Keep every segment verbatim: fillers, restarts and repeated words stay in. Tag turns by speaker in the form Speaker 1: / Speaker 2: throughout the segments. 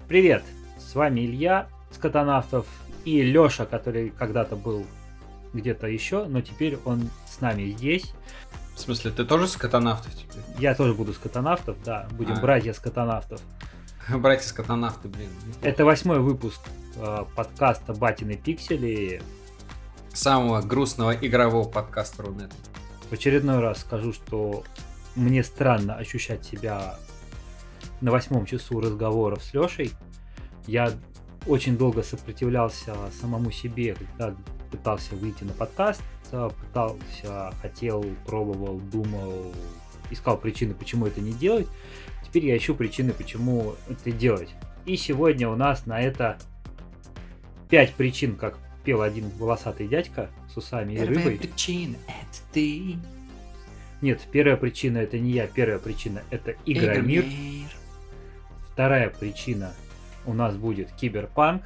Speaker 1: Привет! С вами Илья, Скотонавтов, и Лёша, который когда-то был где-то еще, но теперь он с нами здесь.
Speaker 2: В смысле, ты тоже скотонавт теперь?
Speaker 1: Я тоже буду Скотонавтов, да, будем
Speaker 2: А.
Speaker 1: братья Скотонавтов.
Speaker 2: Братья скотонавты, блин. неплохо.
Speaker 1: Это восьмой выпуск э, подкаста «Батины пиксели».
Speaker 2: Самого грустного игрового подкаста Рунета.
Speaker 1: В очередной раз скажу, что мне странно ощущать себя на восьмом часу разговоров с Лёшей. Я очень долго сопротивлялся самому себе, когда пытался выйти на подкаст, пытался, хотел, пробовал, думал, искал причины, почему это не делать. Теперь я ищу причины, почему это делать. И сегодня у нас на это пять причин, как пел один волосатый дядька с усами и
Speaker 2: Первая
Speaker 1: рыбой.
Speaker 2: причина — это ты.
Speaker 1: Нет, первая причина это не я, первая причина это Игромир.
Speaker 2: Игромир.
Speaker 1: Вторая причина у нас будет Киберпанк.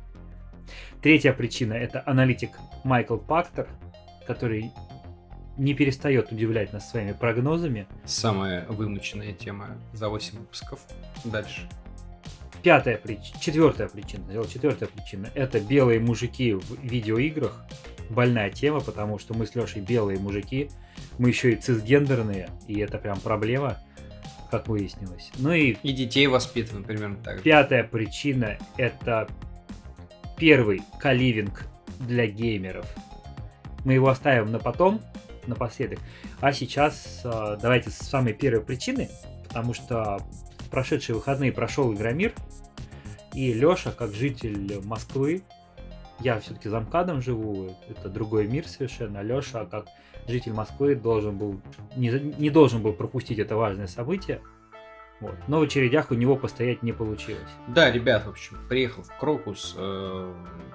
Speaker 1: Третья причина это аналитик Майкл Пактер, который не перестает удивлять нас своими прогнозами.
Speaker 2: Самая вымученная тема за восемь выпусков. Дальше.
Speaker 1: Пятая причина, четвертая причина, четвертая причина это белые мужики в видеоиграх. Больная тема, потому что мы с Лешей белые мужики, мы еще и цисгендерные, и это прям проблема, как выяснилось. Ну и
Speaker 2: И детей воспитываем примерно так же.
Speaker 1: пятая причина это первый каливинг для геймеров. Мы его оставим на потом, напоследок. А сейчас э, давайте с самой первой причины, потому что в прошедшие выходные прошел Игромир, и Леша, как житель Москвы, я все-таки за МКАДом живу, это другой мир совершенно, а Леша, как житель Москвы, должен был, не, не должен был пропустить это важное событие. Вот. Но в очередях у него постоять не получилось.
Speaker 2: Да, ребят, в общем, приехал в Крокус. э,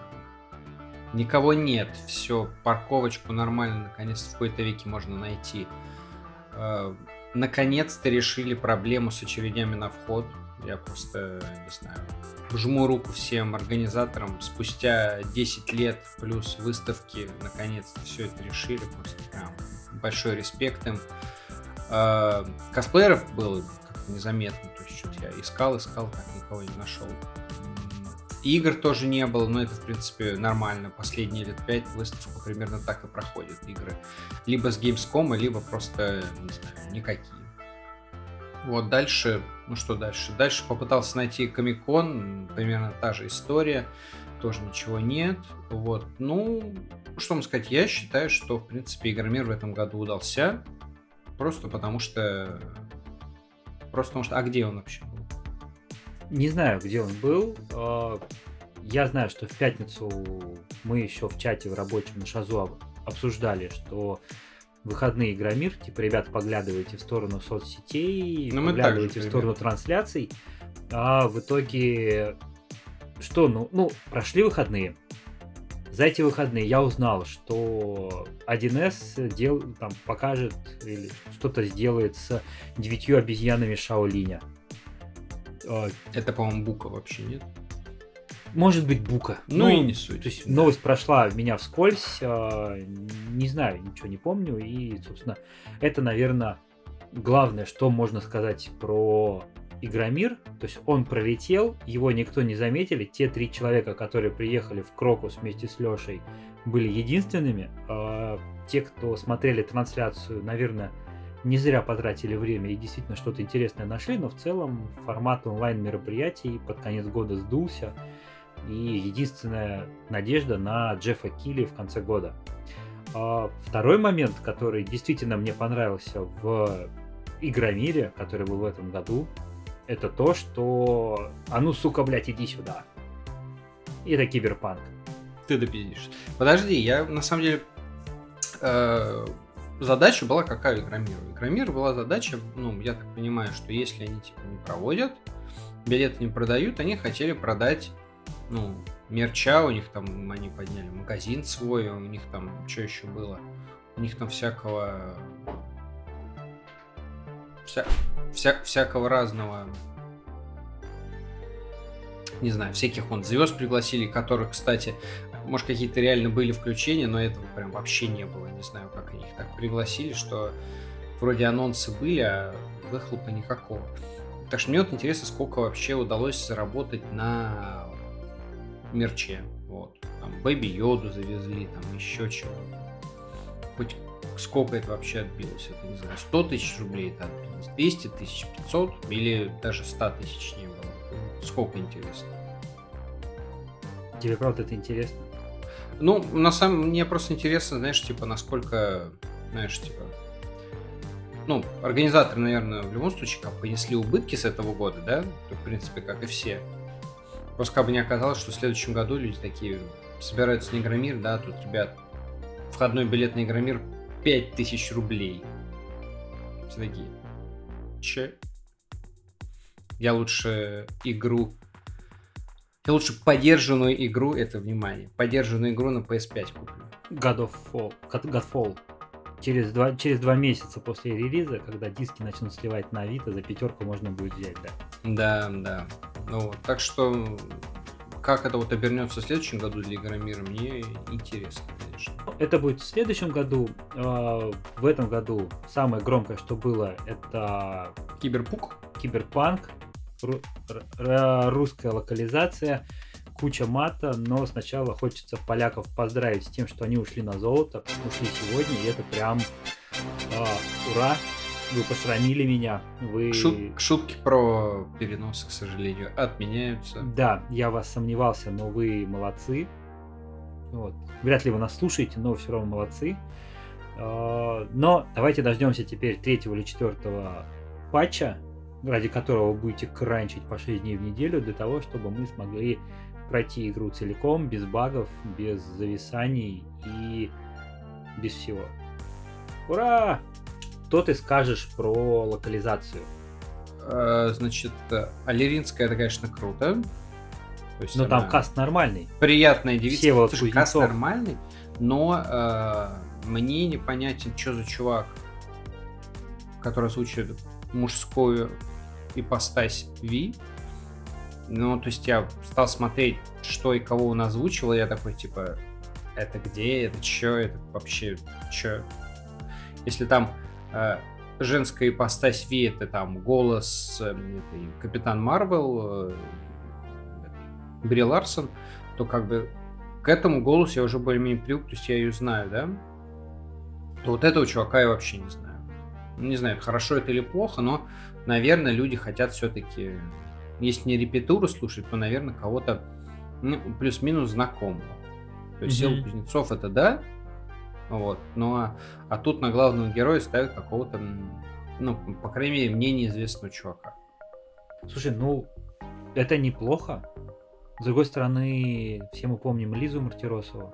Speaker 2: Никого нет. Все, парковочку нормально, наконец-то в какой-то веке можно найти. Э, Наконец-то решили проблему с очередями на вход. Я просто, не знаю, жму руку всем организаторам. Спустя десять лет плюс выставки, наконец-то все это решили. Просто прям большой респект им. Э, Косплееров было как-то незаметно. То есть что-то я искал, искал, так никого не нашел. Игр тоже не было, но это, в принципе, нормально. Последние лет пять выставку примерно так и проходят игры. Либо с Gamescom, либо просто, не знаю, никакие. Вот дальше, ну что дальше? Дальше попытался найти Комик-кон, примерно та же история, тоже ничего нет. Вот, ну, что вам сказать, я считаю, что, в принципе, Игромир в этом году удался, просто потому что... Просто потому что... А где он вообще был?
Speaker 1: Не знаю, где он был. Я знаю, что в пятницу мы еще в чате в рабочем на Шазу обсуждали, что выходные Игромир, типа, ребята, поглядывайте в сторону соцсетей,
Speaker 2: Ну, мы
Speaker 1: поглядывайте
Speaker 2: так же,
Speaker 1: в сторону
Speaker 2: ребят.
Speaker 1: трансляций. А в итоге что, ну, ну, прошли выходные. За эти выходные я узнал, что один эс дел, там, покажет или что-то сделает с девятью обезьянами Шаолиня.
Speaker 2: Это, по-моему, Бука вообще, нет?
Speaker 1: Может быть, Бука.
Speaker 2: Ну, и не суть.
Speaker 1: То есть
Speaker 2: да.
Speaker 1: новость прошла меня вскользь, э, не знаю, ничего не помню. И, собственно, это, наверное, главное, что можно сказать про Игромир. То есть он пролетел, его никто не заметили. Те три человека, которые приехали в Крокус вместе с Лешей, были единственными. Э, те, кто смотрели трансляцию, наверное, не зря потратили время и действительно что-то интересное нашли, но в целом формат онлайн-мероприятий под конец года сдулся. И единственная надежда на Джеффа Килли в конце года. А второй момент, который действительно мне понравился в Игромире, который был в этом году, это то, что «А ну, сука, блядь, иди сюда». И это Киберпанк.
Speaker 2: Ты допиздишь. Подожди, я на самом деле... э, Задача была какая у Игромира? У Игромира была задача, ну, я так понимаю, что если они типа не проводят, билеты не продают, они хотели продать, ну, мерча, у них там, они подняли магазин свой, у них там, что еще было? У них там всякого... Вся, вся, всякого разного... Не знаю, всяких вон звезд пригласили, которых, кстати, может, какие-то реально были включения, но этого прям вообще не было. Не знаю, как они их так пригласили, что вроде анонсы были, а выхлопа никакого. Так что мне вот интересно, сколько вообще удалось заработать на мерче. Вот. Там Бэби Йоду завезли, там еще чего. Хоть сколько это вообще отбилось, это не знаю, сто тысяч рублей это отбилось, двести тысяч, пятьсот или даже сто тысяч не было. Сколько интересно.
Speaker 1: Тебе правда это интересно?
Speaker 2: Ну, на самом мне просто интересно, знаешь, типа, насколько, знаешь, типа, ну, организаторы, наверное, в любом случае как понесли убытки с этого года, да, то, в принципе, как и все. Просто как бы не оказалось, что в следующем году люди такие собираются на Игромир, да, тут, ребят, входной билет на Игромир пять тысяч рублей. Все такие, че? Я лучше игру... Я лучше подержанную игру, это внимание, подержанную игру на пи эс пять куплю.
Speaker 1: God of Fall. Godfall. Через два, через два месяца после релиза, когда диски начнут сливать на Авито, за пятерку можно будет взять, да.
Speaker 2: Да, да. Ну, так что, как это вот обернется в следующем году для Игромира, мне интересно, конечно.
Speaker 1: Это будет в следующем году. В этом году самое громкое, что было, это
Speaker 2: Киберпук.
Speaker 1: Киберпанк, ру- р- русская локализация, куча мата, но сначала хочется поляков поздравить с тем, что они ушли на золото, ушли сегодня, и это прям а, ура, вы посрамили меня, вы...
Speaker 2: Шут- шутки про переносы, к сожалению, отменяются.
Speaker 1: Да, я вас сомневался, но вы молодцы. Вот. Вряд ли вы нас слушаете, но все равно молодцы. А, Но давайте дождемся теперь третьего или четвертого патча, ради которого вы будете кранчить по шесть дней в неделю, для того, чтобы мы смогли пройти игру целиком, без багов, без зависаний и без всего. Ура! Что ты скажешь про локализацию?
Speaker 2: А, Значит, э, Алеринская, это, конечно, круто. То есть
Speaker 1: Ну там
Speaker 2: она
Speaker 1: каст нормальный.
Speaker 2: приятная девица.
Speaker 1: Всеволод
Speaker 2: Слушай, каст
Speaker 1: Кузнецов.
Speaker 2: нормальный, но э, мне непонятен, что за чувак, который озвучивает мужскую ипостась Ви. Ну, то есть я стал смотреть, что и кого он озвучивал, и я такой, типа, это где, это чё, это вообще чё? Если там э, женская ипостась Ви, это там голос э, этой Капитан Марвел, э, Бри Ларсон, то как бы к этому голосу я уже более-менее привык, то есть я ее знаю, да? То вот этого чувака я вообще не знаю. Ну, не знаю, хорошо это или плохо, но, наверное, люди хотят все-таки, если не репетуру слушать, то, наверное, кого-то ну, плюс-минус знакомого. То есть
Speaker 1: Мгм.
Speaker 2: Всеволод Кузнецов это да, вот, но а, а тут на главного героя ставят какого-то, м, ну, по крайней мере, мне неизвестного чувака.
Speaker 1: Слушай, ну это неплохо. С другой стороны, все мы помним Лизу Мартиросову.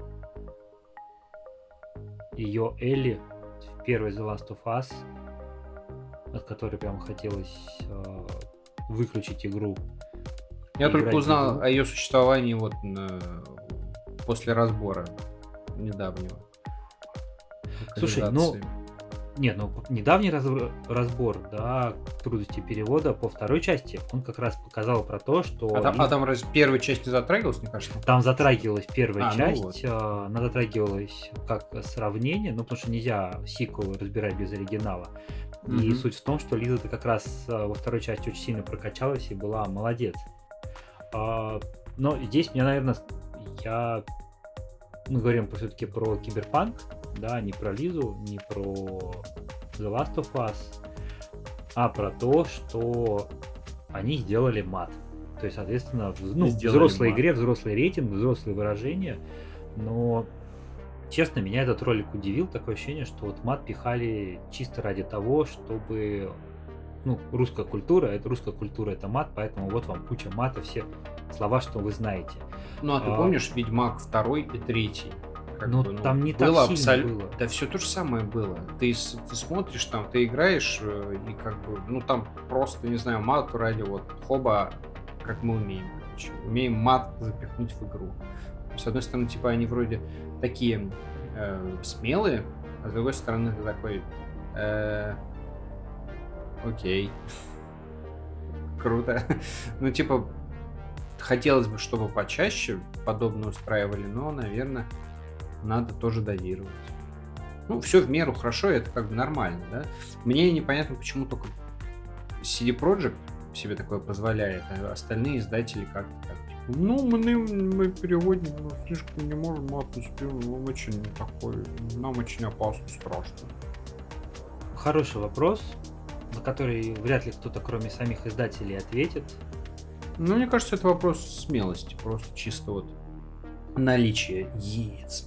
Speaker 1: Ее Элли в первой The Last of Us, от которой прям хотелось э, выключить игру.
Speaker 2: Я
Speaker 1: Играть
Speaker 2: только
Speaker 1: в
Speaker 2: узнал
Speaker 1: игру.
Speaker 2: о ее существовании вот на- после разбора недавнего.
Speaker 1: Слушай, ну, нет, ну недавний раз- разбор, да, трудности перевода по второй части, он как раз показал про то, что
Speaker 2: А там, а
Speaker 1: Лиз-
Speaker 2: там раз первая часть не затрагивалась, мне кажется?
Speaker 1: там затрагивалась первая
Speaker 2: А, ну
Speaker 1: часть,
Speaker 2: вот.
Speaker 1: э, она затрагивалась как сравнение, ну потому что нельзя сиквел разбирать без оригинала. И
Speaker 2: Мгм.
Speaker 1: суть в том, что Лиза-то как раз э, во второй части очень сильно прокачалась и была молодец. А, но здесь мне, наверное, я... Мы говорим все-таки про Киберпанк, да, не про Лизу, не про The Last of Us, а про то, что они сделали мат. То есть, соответственно, в, ну, в
Speaker 2: Сделали
Speaker 1: взрослой
Speaker 2: мат.
Speaker 1: игре, взрослый рейтинг, взрослые выражения, но честно, меня этот ролик удивил, такое ощущение, что вот мат пихали чисто ради того, чтобы, ну, русская культура, это русская культура, это мат, поэтому вот вам куча мата, все слова, что вы знаете.
Speaker 2: Ну, а ты
Speaker 1: А.
Speaker 2: помнишь Ведьмак второй и третий? Как
Speaker 1: Ну,
Speaker 2: бы,
Speaker 1: там не так
Speaker 2: было
Speaker 1: сильно
Speaker 2: абсолютно.
Speaker 1: было.
Speaker 2: Да все то же самое было. Ты, с- ты смотришь там, ты играешь, э, и как бы, ну там просто, не знаю, мат ради вот хоба, как мы умеем, короче. Умеем мат запихнуть в игру. С одной стороны, типа, они вроде такие э, смелые, а с другой стороны, ты такой, э, окей, круто. Ну, типа, хотелось бы, чтобы почаще подобное устраивали, но, наверное, надо тоже дозировать. Ну, все в меру хорошо, это как бы нормально, да. Мне непонятно, почему только си ди Projekt себе такое позволяет, а остальные издатели как-то так, типа, ну, мы, мы переводим, мы слишком не можем мат успеваем, он очень такой, нам очень опасно, страшно.
Speaker 1: Хороший вопрос, на который вряд ли кто-то, кроме самих издателей, ответит.
Speaker 2: Ну, мне кажется, это вопрос смелости, просто чисто вот наличие яиц.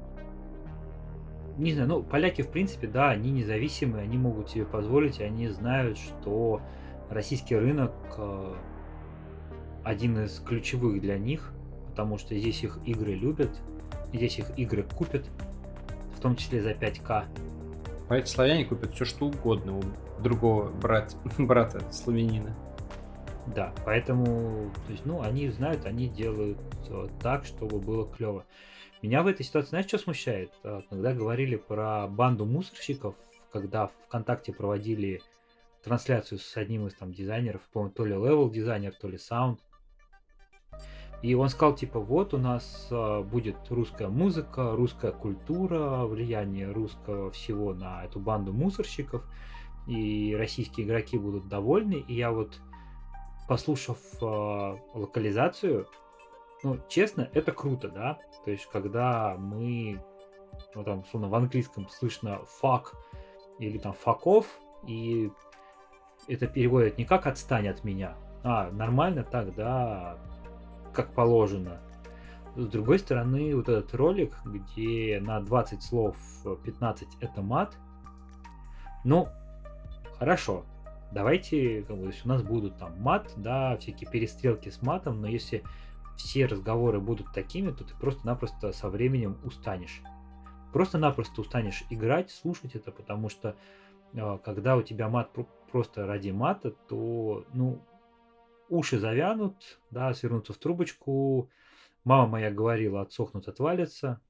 Speaker 1: Не знаю, ну, поляки, в принципе, да, они независимые, они могут себе позволить, и они знают, что российский рынок э, один из ключевых для них, потому что здесь их игры любят, здесь их игры купят, в том числе за пять ка.
Speaker 2: А эти славяне купят все что угодно у другого брат, брата славянина.
Speaker 1: Да, поэтому, то есть, ну, они знают, они делают э, так, чтобы было клево. Меня в этой ситуации, знаешь, что смущает? Э, Когда говорили про банду мусорщиков, когда в ВКонтакте проводили трансляцию с одним из там дизайнеров, по-моему, то ли левел дизайнер, то ли саунд, и он сказал, типа, вот у нас э, будет русская музыка, русская культура, влияние русского всего на эту банду мусорщиков, и российские игроки будут довольны. И я вот, послушав э, локализацию, ну, честно, это круто, да? То есть, когда мы, ну, там, условно, в английском слышно fuck или там fuck off, и это переводят не как «отстань от меня», а нормально так, да, как положено. С другой стороны, вот этот ролик, где на двадцать слов пятнадцать это мат, ну, хорошо, давайте, как бы, то есть у нас будут там мат, да, всякие перестрелки с матом, но если все разговоры будут такими, то ты просто-напросто со временем устанешь. Просто-напросто устанешь играть, слушать это, потому что э, когда у тебя мат про- просто ради мата, то, ну, уши завянут, да, свернутся в трубочку. Мама моя говорила, отсохнут, отвалится.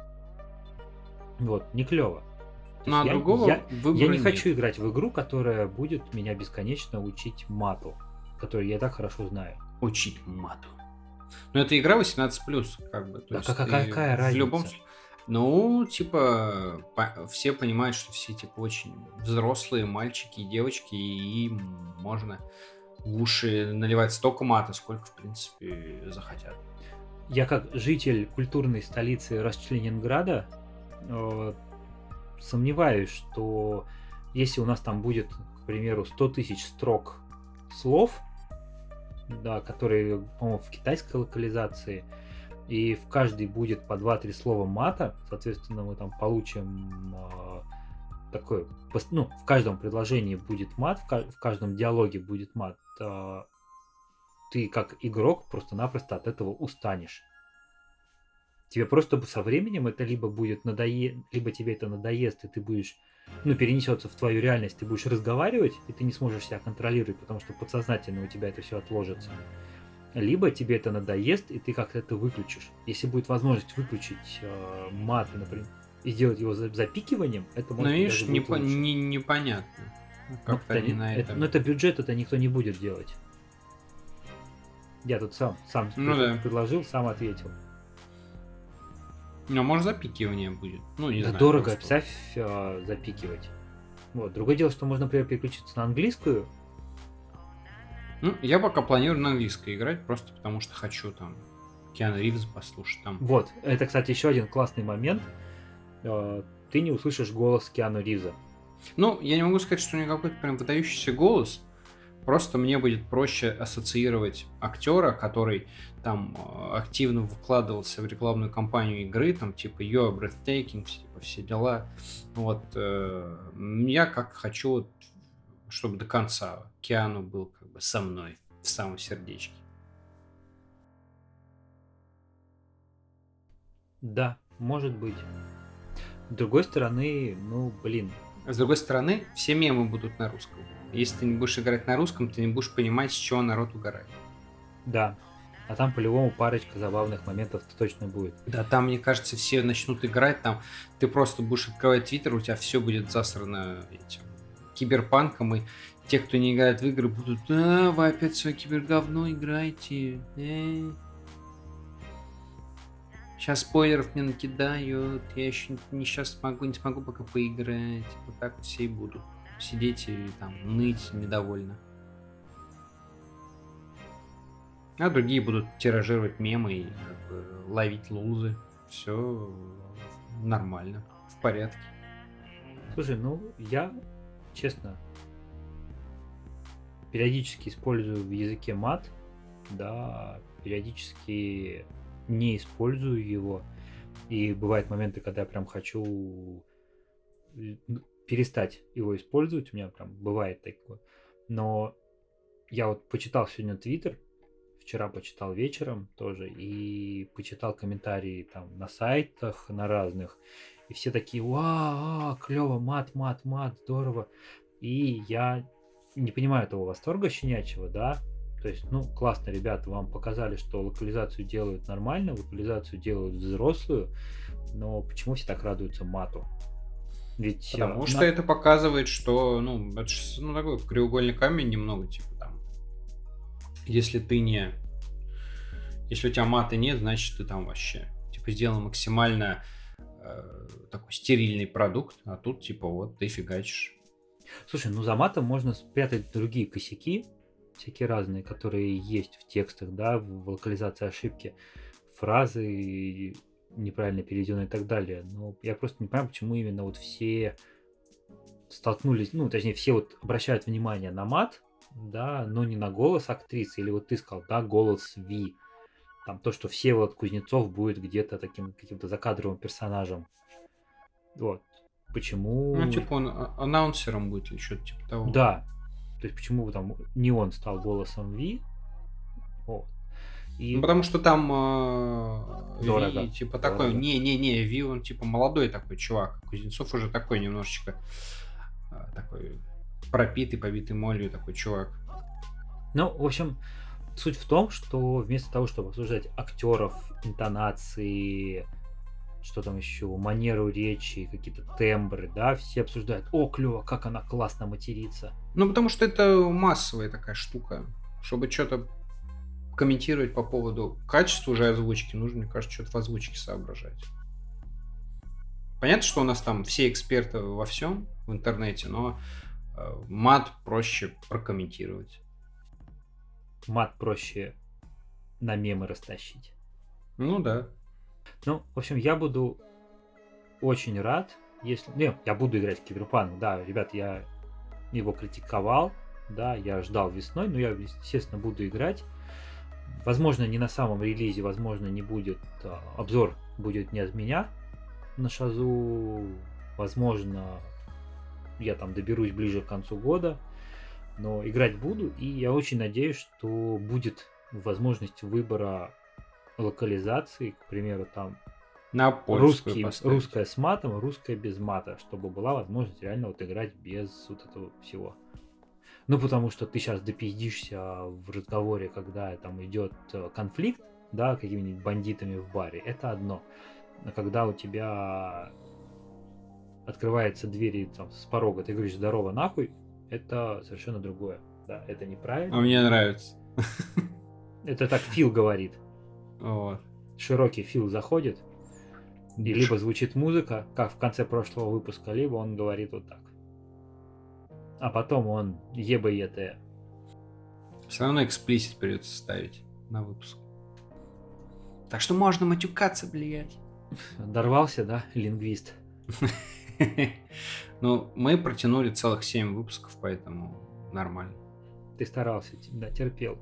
Speaker 1: Вот, не клево. То
Speaker 2: Ну,
Speaker 1: есть
Speaker 2: а
Speaker 1: я,
Speaker 2: другого
Speaker 1: я, я
Speaker 2: выбора
Speaker 1: не
Speaker 2: нет.
Speaker 1: хочу играть в игру, которая будет меня бесконечно учить мату, который я так хорошо знаю.
Speaker 2: Учить мату. Но это игра восемнадцать плюс, как бы. То
Speaker 1: Да
Speaker 2: есть
Speaker 1: какая,
Speaker 2: ты
Speaker 1: какая
Speaker 2: в любом
Speaker 1: разница?
Speaker 2: случае. Ну, типа, по- все понимают, что все типа очень взрослые мальчики и девочки, и им можно в уши наливать столько мата, сколько, в принципе, захотят.
Speaker 1: Я как житель культурной столицы Расчленинграда э, сомневаюсь, что если у нас там будет, к примеру, сто тысяч строк слов, да, которые, по-моему, в китайской локализации, и в каждой будет по два-три слова мата, соответственно, мы там получим э, такой, пос- ну, в каждом предложении будет мат, в, ка- в каждом диалоге будет мат, э, ты как игрок просто-напросто от этого устанешь. Тебе просто со временем это либо будет надоест, либо тебе это надоест, и ты будешь, ну, перенесется в твою реальность, ты будешь разговаривать, и ты не сможешь себя контролировать, потому что подсознательно у тебя это все отложится. Либо тебе это надоест, и ты как-то это выключишь. Если будет возможность выключить э, мат, например, и сделать его за- запикиванием, это
Speaker 2: Ну,
Speaker 1: может быть
Speaker 2: видишь,
Speaker 1: даже будет
Speaker 2: непо-
Speaker 1: лучше.
Speaker 2: не- непонятно.
Speaker 1: Ну,
Speaker 2: Как-то
Speaker 1: это,
Speaker 2: они
Speaker 1: не-
Speaker 2: на
Speaker 1: это-
Speaker 2: этом...
Speaker 1: но это бюджет, это никто не будет делать. Я тут сам, сам
Speaker 2: Ну
Speaker 1: пред-
Speaker 2: да.
Speaker 1: предложил, сам ответил.
Speaker 2: Ну, может, запикивание будет. Ну, не
Speaker 1: Да
Speaker 2: знаю.
Speaker 1: дорого,
Speaker 2: просто.
Speaker 1: представь, э, запикивать. Вот. Другое дело, что можно, например, переключиться на английскую.
Speaker 2: Ну, я пока планирую на английской играть, просто потому что хочу там Киану Ривза послушать там.
Speaker 1: Вот. Это, кстати, еще один классный момент. Э, Ты не услышишь голос Киану Ривза.
Speaker 2: Ну, я не могу сказать, что у него какой-то прям выдающийся голос. Просто мне будет проще ассоциировать актера, который там э, активно вкладывался в рекламную кампанию игры, там типа You're breathtaking, типа все дела. Вот э, я как хочу, вот, чтобы до конца Киану был как бы со мной в самом сердечке.
Speaker 1: Да, может быть. С другой стороны, ну, блин.
Speaker 2: С другой стороны, все мемы будут на русском. Если ты не будешь играть на русском, ты не будешь понимать, с чего народ угорает.
Speaker 1: Да. А там по-любому парочка забавных моментов точно будет.
Speaker 2: Да, там, мне кажется, все начнут играть, там ты просто будешь открывать твиттер, у тебя все будет засрано этим киберпанком, и те, кто не играет в игры, будут: а, вы опять свое киберговно играете. Э. Сейчас спойлеров мне накидают, я еще не сейчас смогу, не смогу пока поиграть. Вот так все и будут сидеть и там ныть недовольно. А другие будут тиражировать мемы и как бы ловить лузы. Все нормально, в порядке.
Speaker 1: Слушай, ну, я, честно, периодически использую в языке мат, да, периодически не использую его. И бывают моменты, когда я прям хочу э, ну, перестать его использовать. У меня прям бывает такое. Но я вот почитал сегодня Твиттер, вчера почитал вечером тоже, и почитал комментарии там на сайтах, на разных. И все такие: вау, клево, мат, мат, мат, здорово. И я не понимаю этого восторга щенячьего, да. То есть, ну, классно, ребята, вам показали, что локализацию делают нормально, локализацию делают взрослую, но почему все так радуются мату? Ведь
Speaker 2: Потому
Speaker 1: э,
Speaker 2: что
Speaker 1: на-
Speaker 2: это показывает, что, ну, это ж, ну, такой краеугольный камень немного, типа там. Если ты не... Если у тебя мата нет, значит ты там вообще, типа, сделал максимально э, такой стерильный продукт, а тут, типа, вот, ты фигачишь.
Speaker 1: Слушай, ну за матом можно спрятать другие косяки, всякие разные, которые есть в текстах, да, в локализации ошибки, фразы неправильно переведенные и так далее. Но я просто не понимаю, почему именно вот все столкнулись, ну, точнее, все вот обращают внимание на мат, да, но не на голос актрисы. Или вот ты сказал, да, голос Ви. Там то, что Всеволод Кузнецов будет где-то таким каким-то закадровым персонажем. Вот.
Speaker 2: Ну,
Speaker 1: Почему...
Speaker 2: типа, он а- анонсером будет или что-то типа того.
Speaker 1: Да. То есть почему там не он стал голосом Ви? Вот.
Speaker 2: Ну,
Speaker 1: И
Speaker 2: потому что там э, Ви,
Speaker 1: дорого.
Speaker 2: типа, такой,
Speaker 1: Дорого.
Speaker 2: не-не-не, Ви, он, типа, молодой такой чувак. Кузнецов уже такой немножечко э, такой пропитый, побитый молью такой чувак.
Speaker 1: Ну, в общем, суть в том, что вместо того, чтобы обсуждать актеров, интонации, что там еще, манеру речи, какие-то тембры, да, все обсуждают: о, клево, как она классно матерится.
Speaker 2: Ну, потому что это массовая такая штука. Чтобы что-то комментировать по поводу качества уже озвучки, нужно, мне кажется, что-то в озвучке соображать. Понятно, что у нас там все эксперты во всем в интернете, но э, мат проще прокомментировать.
Speaker 1: Мат проще на мемы растащить.
Speaker 2: Ну да.
Speaker 1: Ну, в общем, я буду очень рад, если... Не, я буду играть в Киберпанк, да, ребят, я его критиковал, да, я ждал весной, но я, естественно, буду играть. Возможно, не на самом релизе, возможно, не будет... а, обзор будет не от меня на Шазу, возможно, я там доберусь ближе к концу года, но играть буду, и я очень надеюсь, что будет возможность выбора локализации, к примеру, там
Speaker 2: На польскую
Speaker 1: русский,
Speaker 2: поставить.
Speaker 1: русская с матом, русская без мата, чтобы была возможность реально вот играть без вот этого всего. Ну, потому что ты сейчас допиздишься в разговоре, когда там идет э, конфликт, да, какими-нибудь бандитами в баре, это одно. Но когда у тебя открывается дверь и там с порога ты говоришь здорово нахуй, это совершенно другое. Да, это неправильно.
Speaker 2: А мне нравится.
Speaker 1: Это так Фил говорит.
Speaker 2: Вот.
Speaker 1: Широкий Фил заходит, и либо звучит музыка, как в конце прошлого выпуска, либо он говорит вот так. А потом он ебает.
Speaker 2: Все равно эксплисит придется ставить на выпуск. Так что можно матюкаться, блядь.
Speaker 1: Дорвался, да, лингвист?
Speaker 2: Ну, мы протянули целых семь выпусков, поэтому нормально.
Speaker 1: Ты старался, да, терпел.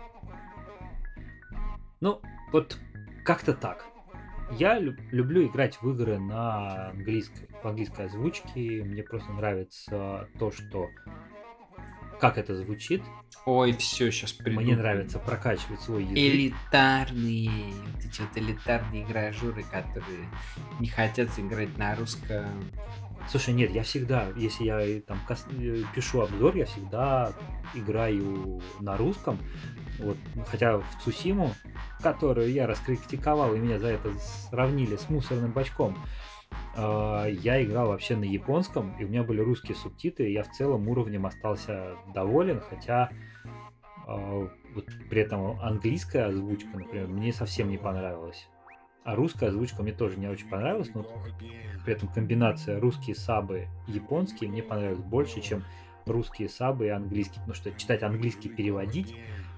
Speaker 1: Ну, вот как-то так. Я лю- люблю играть в игры на английской, по английской озвучке. Мне просто нравится то, что как это звучит.
Speaker 2: Ой, все, сейчас придут.
Speaker 1: Мне нравится прокачивать свой язык.
Speaker 2: Элитарные, вот эти вот элитарные игражуры, которые не хотят играть на русском.
Speaker 1: Слушай, нет, я всегда, если я э, там кос- э, пишу обзор, я всегда играю на русском. Вот, хотя в Цусиму, которую я раскритиковал, и меня за это сравнили с мусорным бачком, э, я играл вообще на японском, и у меня были русские субтитры, и я в целом уровнем остался доволен, хотя э, вот при этом английская озвучка, например, мне совсем не понравилась. А русская озвучка мне тоже не очень понравилась, но при этом комбинация русские сабы японские мне понравилась больше, чем русские сабы и английские, потому что читать английский, переводить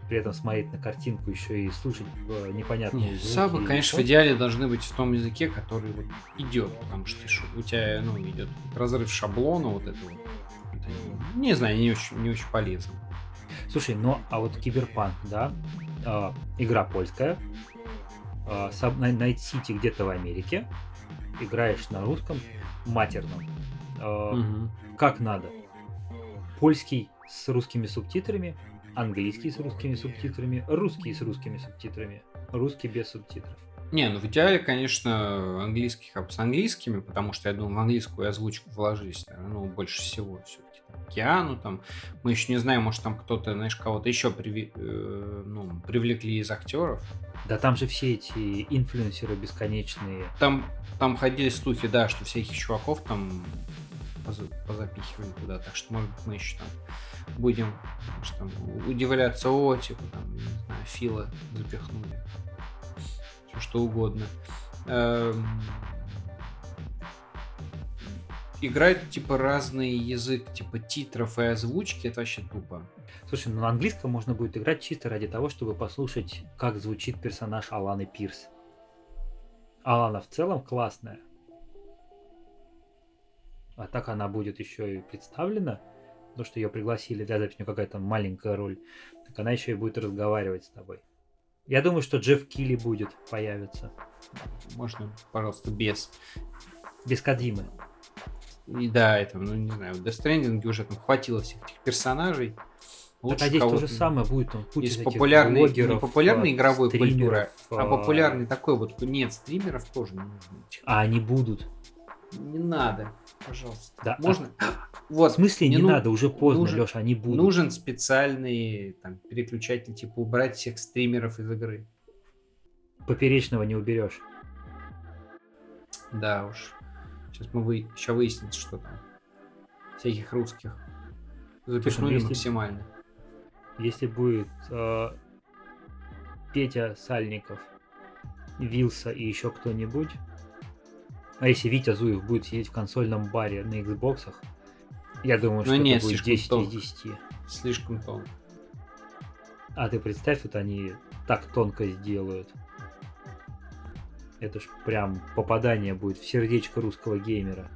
Speaker 1: при этом смотреть на картинку, еще и слушать э, непонятные
Speaker 2: Не,
Speaker 1: звуки.
Speaker 2: сабы,
Speaker 1: и
Speaker 2: конечно, в
Speaker 1: фото.
Speaker 2: идеале должны быть в том языке, который вот идет, потому что ш- у тебя, ну, идет разрыв шаблона вот этого. Это не, не знаю, не очень, не очень полезно.
Speaker 1: Слушай, ну а вот Киберпанк, да, э, игра польская, э, саб- Night Night City где-то в Америке, играешь на русском матерном. Э,
Speaker 2: Мгм.
Speaker 1: как надо. Польский с русскими субтитрами, английский с русскими субтитрами, русский с русскими субтитрами, русский без субтитров.
Speaker 2: Не, ну в идеале, конечно, английский как бы с английскими, потому что я думаю, в английскую озвучку вложились, наверное, ну, больше всего все-таки. Киану там, мы еще не знаем, может там кто-то, знаешь, кого-то еще приви- э, ну, привлекли из актеров.
Speaker 1: Да там же все эти инфлюенсеры бесконечные.
Speaker 2: Там, там ходили слухи, да, что всяких чуваков там поза- позапихивали туда, так что, может быть, мы еще там будем, может, там, удивляться, о, типа, там, не знаю, Фила запихнули. Все что угодно. Эм, Играть, типа, разный язык, типа, титров и озвучки, это вообще тупо.
Speaker 1: Слушай, ну на английском можно будет играть чисто ради того, чтобы послушать, как звучит персонаж Аланы Пирс. Алана в целом классная. А так она будет еще и представлена, то, что ее пригласили для записи, у нее какая-то маленькая роль, так она еще и будет разговаривать с тобой. Я думаю, что Джефф Килли будет появиться.
Speaker 2: Можно, пожалуйста, без.
Speaker 1: Без Кодзимы.
Speaker 2: И да, это, ну, не знаю, в Death Stranding уже там хватило всех этих персонажей.
Speaker 1: Так
Speaker 2: Лучше
Speaker 1: а здесь то
Speaker 2: кого-то
Speaker 1: же самое будет. Он куча
Speaker 2: из
Speaker 1: всяких
Speaker 2: популярной,
Speaker 1: блогеров,
Speaker 2: не популярной
Speaker 1: э,
Speaker 2: игровой культуры,
Speaker 1: стримеров,
Speaker 2: а
Speaker 1: э,
Speaker 2: популярной такой вот. Нет, стримеров тоже не нужно. этих.
Speaker 1: А они будут.
Speaker 2: Не надо, пожалуйста.
Speaker 1: Да,
Speaker 2: Можно?
Speaker 1: В
Speaker 2: Вот.
Speaker 1: смысле
Speaker 2: мне
Speaker 1: не
Speaker 2: ну-
Speaker 1: надо, уже поздно,
Speaker 2: нужен-
Speaker 1: Леша, они будут.
Speaker 2: Нужен специальный там, переключатель, типа убрать всех стримеров из игры.
Speaker 1: Поперечного не уберешь.
Speaker 2: Да уж. Сейчас мы вы... сейчас выясним, что там. Всяких русских. Запихнули
Speaker 1: если-
Speaker 2: максимально.
Speaker 1: Если будет э, Петя Сальников, Вилса и еще кто-нибудь, а если Витя Зуев будет сидеть в консольном баре на Xbox, я думаю,
Speaker 2: Ну
Speaker 1: что
Speaker 2: нет,
Speaker 1: это будет
Speaker 2: слишком
Speaker 1: десять из
Speaker 2: тонко.
Speaker 1: десяти.
Speaker 2: Слишком тонко.
Speaker 1: А ты представь, вот они так тонко сделают. Это ж прям попадание будет в сердечко русского геймера.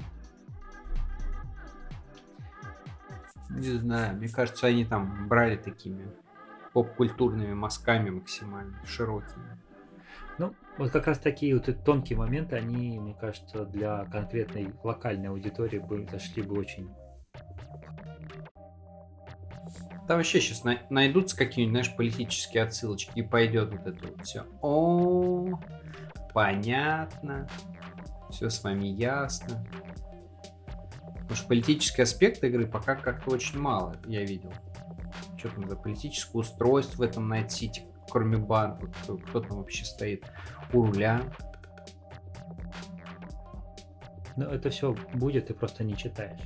Speaker 2: Не знаю, мне кажется, они там брали такими поп-культурными мазками максимально широкими.
Speaker 1: Ну, вот как раз такие вот эти тонкие моменты, они, мне кажется, для конкретной локальной аудитории бы зашли бы очень.
Speaker 2: Там вообще сейчас найдутся какие-нибудь, знаешь, политические отсылочки и пойдет вот это вот все. О, понятно. Все с вами ясно. Потому что политический аспект игры пока как-то очень мало, я видел. Что там за политическое устройство в этом Night City, кроме банка, кто, кто там вообще стоит у руля.
Speaker 1: Но это все будет, ты просто не читаешь.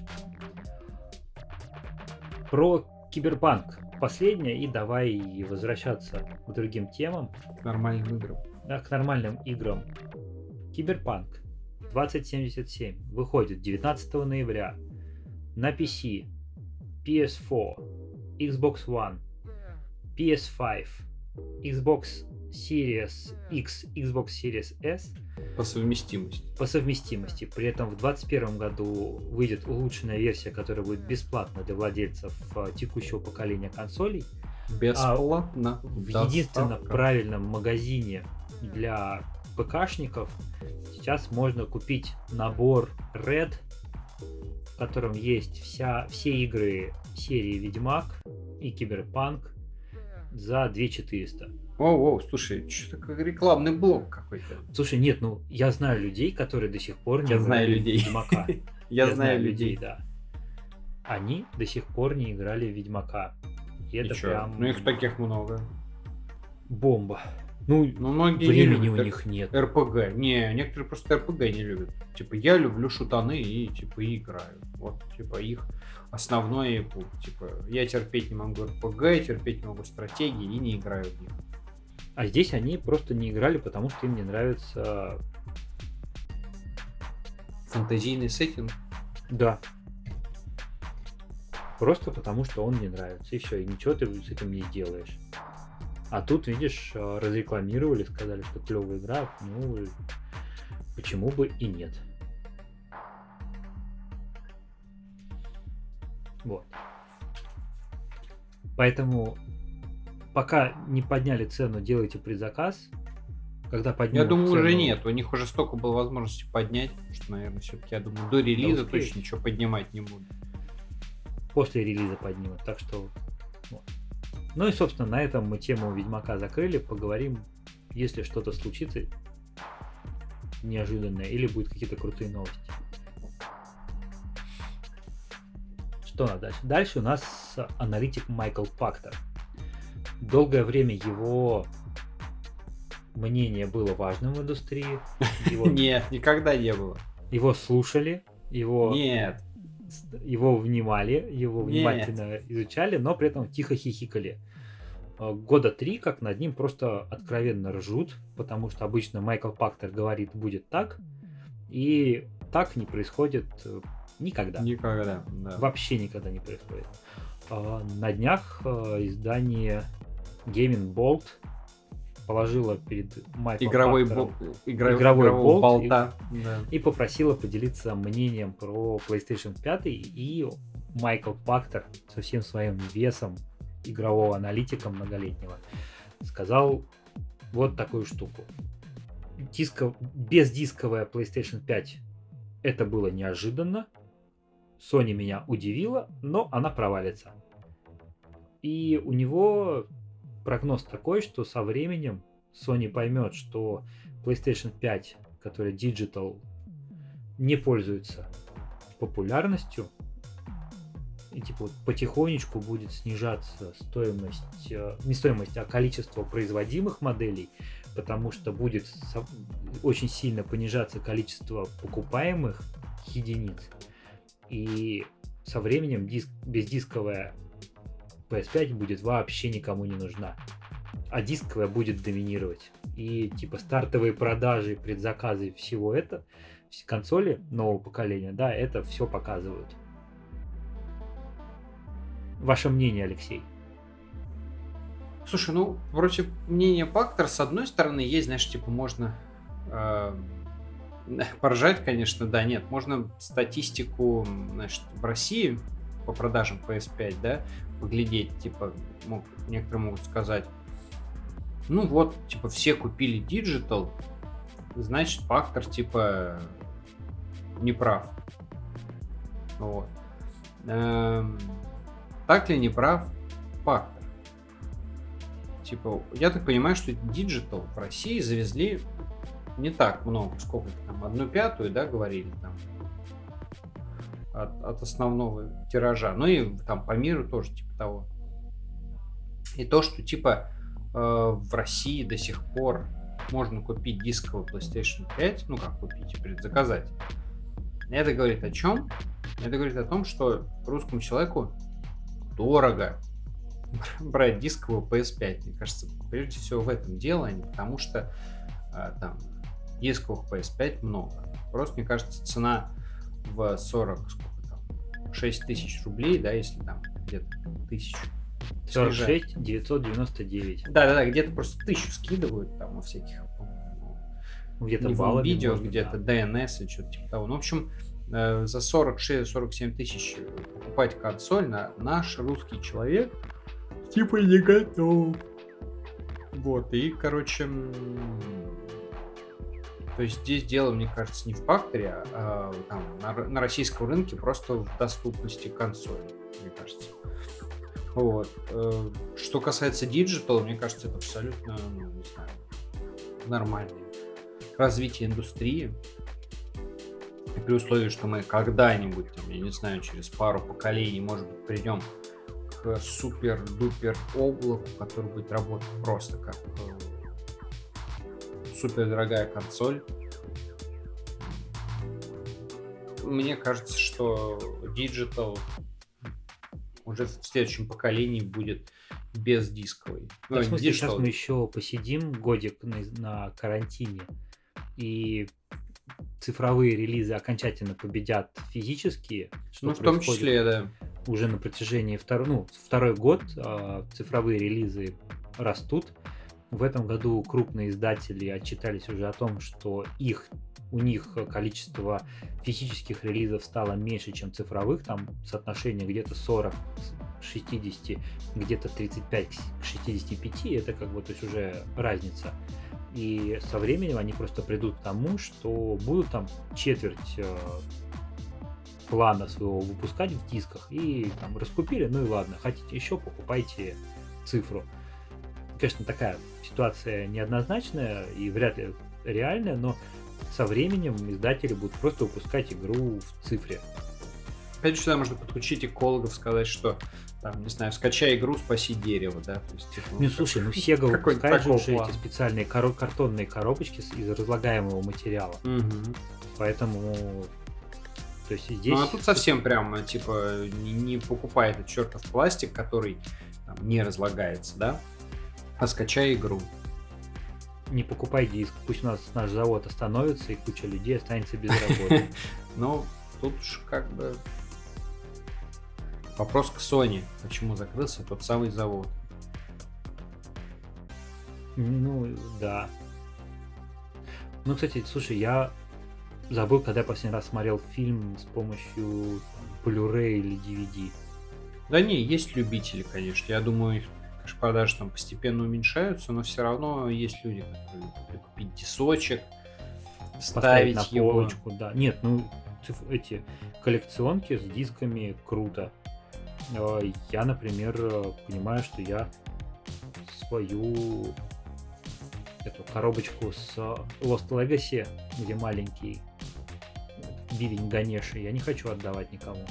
Speaker 1: Про Киберпанк последнее, и давай возвращаться к другим темам,
Speaker 2: К нормальным играм.
Speaker 1: да, к нормальным играм. Киберпанк двадцать семьдесят семь выходит девятнадцатого ноября на пи си, пи эс четыре, Xbox One, пи эс пять, Xbox Series X, Xbox Series S
Speaker 2: По совместимости.
Speaker 1: по совместимости. При этом в двадцать первом году выйдет улучшенная версия, которая будет бесплатна для владельцев э, текущего поколения консолей.
Speaker 2: Бесплатно.
Speaker 1: В единственном
Speaker 2: Доставка.
Speaker 1: правильном магазине для ПКшников сейчас можно купить набор Red, в котором есть вся, все игры серии Ведьмак и Киберпанк за две тысячи четыреста.
Speaker 2: Воу-воу, слушай, что такой рекламный блок какой-то.
Speaker 1: Слушай, нет, ну я знаю людей, которые до сих пор не
Speaker 2: Я знаю
Speaker 1: играли в
Speaker 2: людей.
Speaker 1: Ведьмака.
Speaker 2: Я знаю людей.
Speaker 1: да. Они до сих пор не играли в Ведьмака. И
Speaker 2: И
Speaker 1: это
Speaker 2: чё?
Speaker 1: прям
Speaker 2: Ну их таких много.
Speaker 1: бомба. Ну,
Speaker 2: Ну многие
Speaker 1: времени
Speaker 2: не
Speaker 1: у
Speaker 2: любят
Speaker 1: них нет.
Speaker 2: эр пи джи. Не, некоторые просто эр пи джи не любят. Типа я люблю шутаны и типа и играю. Вот типа их основной путь. Типа я терпеть не могу эр пи джи, терпеть не могу стратегии и не играю в них.
Speaker 1: А здесь они просто не играли, потому что им не нравится.
Speaker 2: Фантазийный сеттинг.
Speaker 1: Да. Просто потому что он не нравится. И все, и ничего ты с этим не сделаешь. А тут, видишь, э, разрекламировали, сказали, что клевая игра. Ну, почему бы и нет. Вот. Поэтому пока не подняли цену, делайте предзаказ. Когда поднимут
Speaker 2: Я думаю,
Speaker 1: цену...
Speaker 2: уже нет. У них уже столько было возможности поднять, что, наверное, все-таки, я думаю, до релиза
Speaker 1: успеют.
Speaker 2: точно ничего поднимать не будут.
Speaker 1: После релиза поднимут. Так что... Вот. Ну и, собственно, на этом мы тему Ведьмака закрыли. Поговорим, если что-то случится неожиданное или будут какие-то крутые новости. Что надо дальше? Дальше у нас аналитик Майкл Пактер. Долгое время его мнение было важным в индустрии. Его,
Speaker 2: Нет, никогда не было.
Speaker 1: его слушали, его,
Speaker 2: Нет.
Speaker 1: его внимали, его
Speaker 2: Нет.
Speaker 1: внимательно изучали, но при этом тихо хихикали. Э, Года три, как над ним просто откровенно ржут, потому что обычно Майкл Пактер говорит «будет так», и так не происходит э, никогда.
Speaker 2: Никогда, да.
Speaker 1: Вообще никогда не происходит. А, На днях э, издание Gaming Bolt положило перед Майклом
Speaker 2: Игровой,
Speaker 1: Пактером
Speaker 2: бол- игра-
Speaker 1: игровой
Speaker 2: игрового
Speaker 1: болт
Speaker 2: болта. Да.
Speaker 1: и попросила поделиться мнением про PlayStation пять, и Майкл Пактер со всем своим весом игрового аналитика многолетнего сказал вот такую штуку. Диско... Бездисковая PlayStation пять это было неожиданно. Sony меня удивила, но она провалится. И у него прогноз такой, что со временем Sony поймет, что PlayStation пять, которая Digital, не пользуется популярностью, и типа вот потихонечку будет снижаться стоимость, э, не стоимость, а количество производимых моделей, потому что будет со- очень сильно понижаться количество покупаемых единиц. И со временем диск, бездисковая пи эс пять будет вообще никому не нужна. А дисковая будет доминировать. И типа стартовые продажи, предзаказы всего это, все консоли нового поколения, да, это все показывают. Ваше мнение, Алексей?
Speaker 2: Слушай, ну, против мнения Пактер, с одной стороны, есть, знаешь, типа, можно э, поржать, конечно, да, нет, можно статистику, значит, в России по продажам пи эс пять, да, поглядеть, типа, мог, некоторые могут сказать, ну вот, типа, все купили Digital, значит, Пактер, типа, не прав. Вот. Эм, так ли не прав Пактер? Типа, я так понимаю, что Digital в России завезли не так много, сколько там, одну пятую, да, говорили там, от, от основного тиража, ну и там по миру тоже типа того. И то, что типа э, в России до сих пор можно купить дисковый PlayStation пять, ну как купить, предзаказать, это говорит о чем? Это говорит о том, что русскому человеку дорого брать дисковую пи эс пять. Мне кажется, прежде всего в этом дело, а не потому что а, там дисковых пи эс пять много. Просто, мне кажется, цена в сорок, сколько там, шесть тысяч рублей, да, если там где-то тысячу.
Speaker 1: сорок шесть девятьсот девяносто девять.
Speaker 2: Да-да-да, где-то просто тысячу скидывают там во всяких
Speaker 1: Где-то
Speaker 2: не
Speaker 1: баллами
Speaker 2: видео,
Speaker 1: можно,
Speaker 2: где-то
Speaker 1: да.
Speaker 2: ди эн эс и что-то типа того. Ну, в общем, э, за сорок шесть сорок семь тысяч покупать консоль на наш русский человек типа не готов. Вот, и, короче, м, то есть здесь дело, мне кажется, не в Пактере, а, а там, на, на российском рынке просто в доступности консоли, мне кажется. Вот. Э, Что касается Digital, мне кажется, это абсолютно, ну, не знаю, нормальное развитие индустрии. И при условии, что мы когда-нибудь, там, я не знаю, через пару поколений, может быть, придем к супер-дупер облаку, который будет работать просто как э, супер дорогая консоль. Мне кажется, что Digital уже в следующем поколении будет без дисковой.
Speaker 1: Ну, в смысле, сейчас
Speaker 2: Digital.
Speaker 1: мы еще посидим годик на, на карантине, и цифровые релизы окончательно победят физические, что
Speaker 2: Ну, в том
Speaker 1: происходит
Speaker 2: числе, да.
Speaker 1: уже на протяжении второго, ну, второй год. э, цифровые релизы растут. В этом году крупные издатели отчитались уже о том, что их, у них количество физических релизов стало меньше, чем цифровых. Там соотношение где-то сорок к шестидесяти, где-то тридцать пять к шестидесяти пяти. Это как бы, то есть уже разница. И со временем они просто придут к тому, что будут там четверть э, плана своего выпускать в дисках. И там раскупили, ну и ладно, хотите еще, покупайте цифру. Конечно, такая ситуация неоднозначная и вряд ли реальная, но со временем издатели будут просто выпускать игру в цифре.
Speaker 2: Опять же, сюда можно подключить экологов, сказать, что там, не знаю, скачай игру, спаси дерево, да? То есть, типа,
Speaker 1: ну, слушай, ну Sega выпускает же уже эти специальные коро- картонные коробочки из разлагаемого материала.
Speaker 2: Угу.
Speaker 1: Поэтому... То есть здесь...
Speaker 2: Ну, а тут совсем прям, типа, не, не покупай этот чертов пластик, который там, не разлагается, да? А скачай игру.
Speaker 1: Не покупай диск, пусть у нас наш завод остановится и куча людей останется без работы.
Speaker 2: Ну, тут уж как бы вопрос к Sony, почему закрылся тот самый завод.
Speaker 1: Ну, да. Ну, кстати, слушай, я забыл, когда я последний раз смотрел фильм с помощью там, Blu-ray или ди ви ди.
Speaker 2: Да не, есть любители, конечно. Я думаю, их продажи там постепенно уменьшаются, но все равно есть люди, которые любят купить дисочек, ставить
Speaker 1: на
Speaker 2: его.
Speaker 1: полочку, да. Нет, ну циф- эти коллекционки с дисками круто. Я, например, понимаю, что я свою эту коробочку с Lost Legacy, где маленький бивень Ганеши, я не хочу отдавать никому.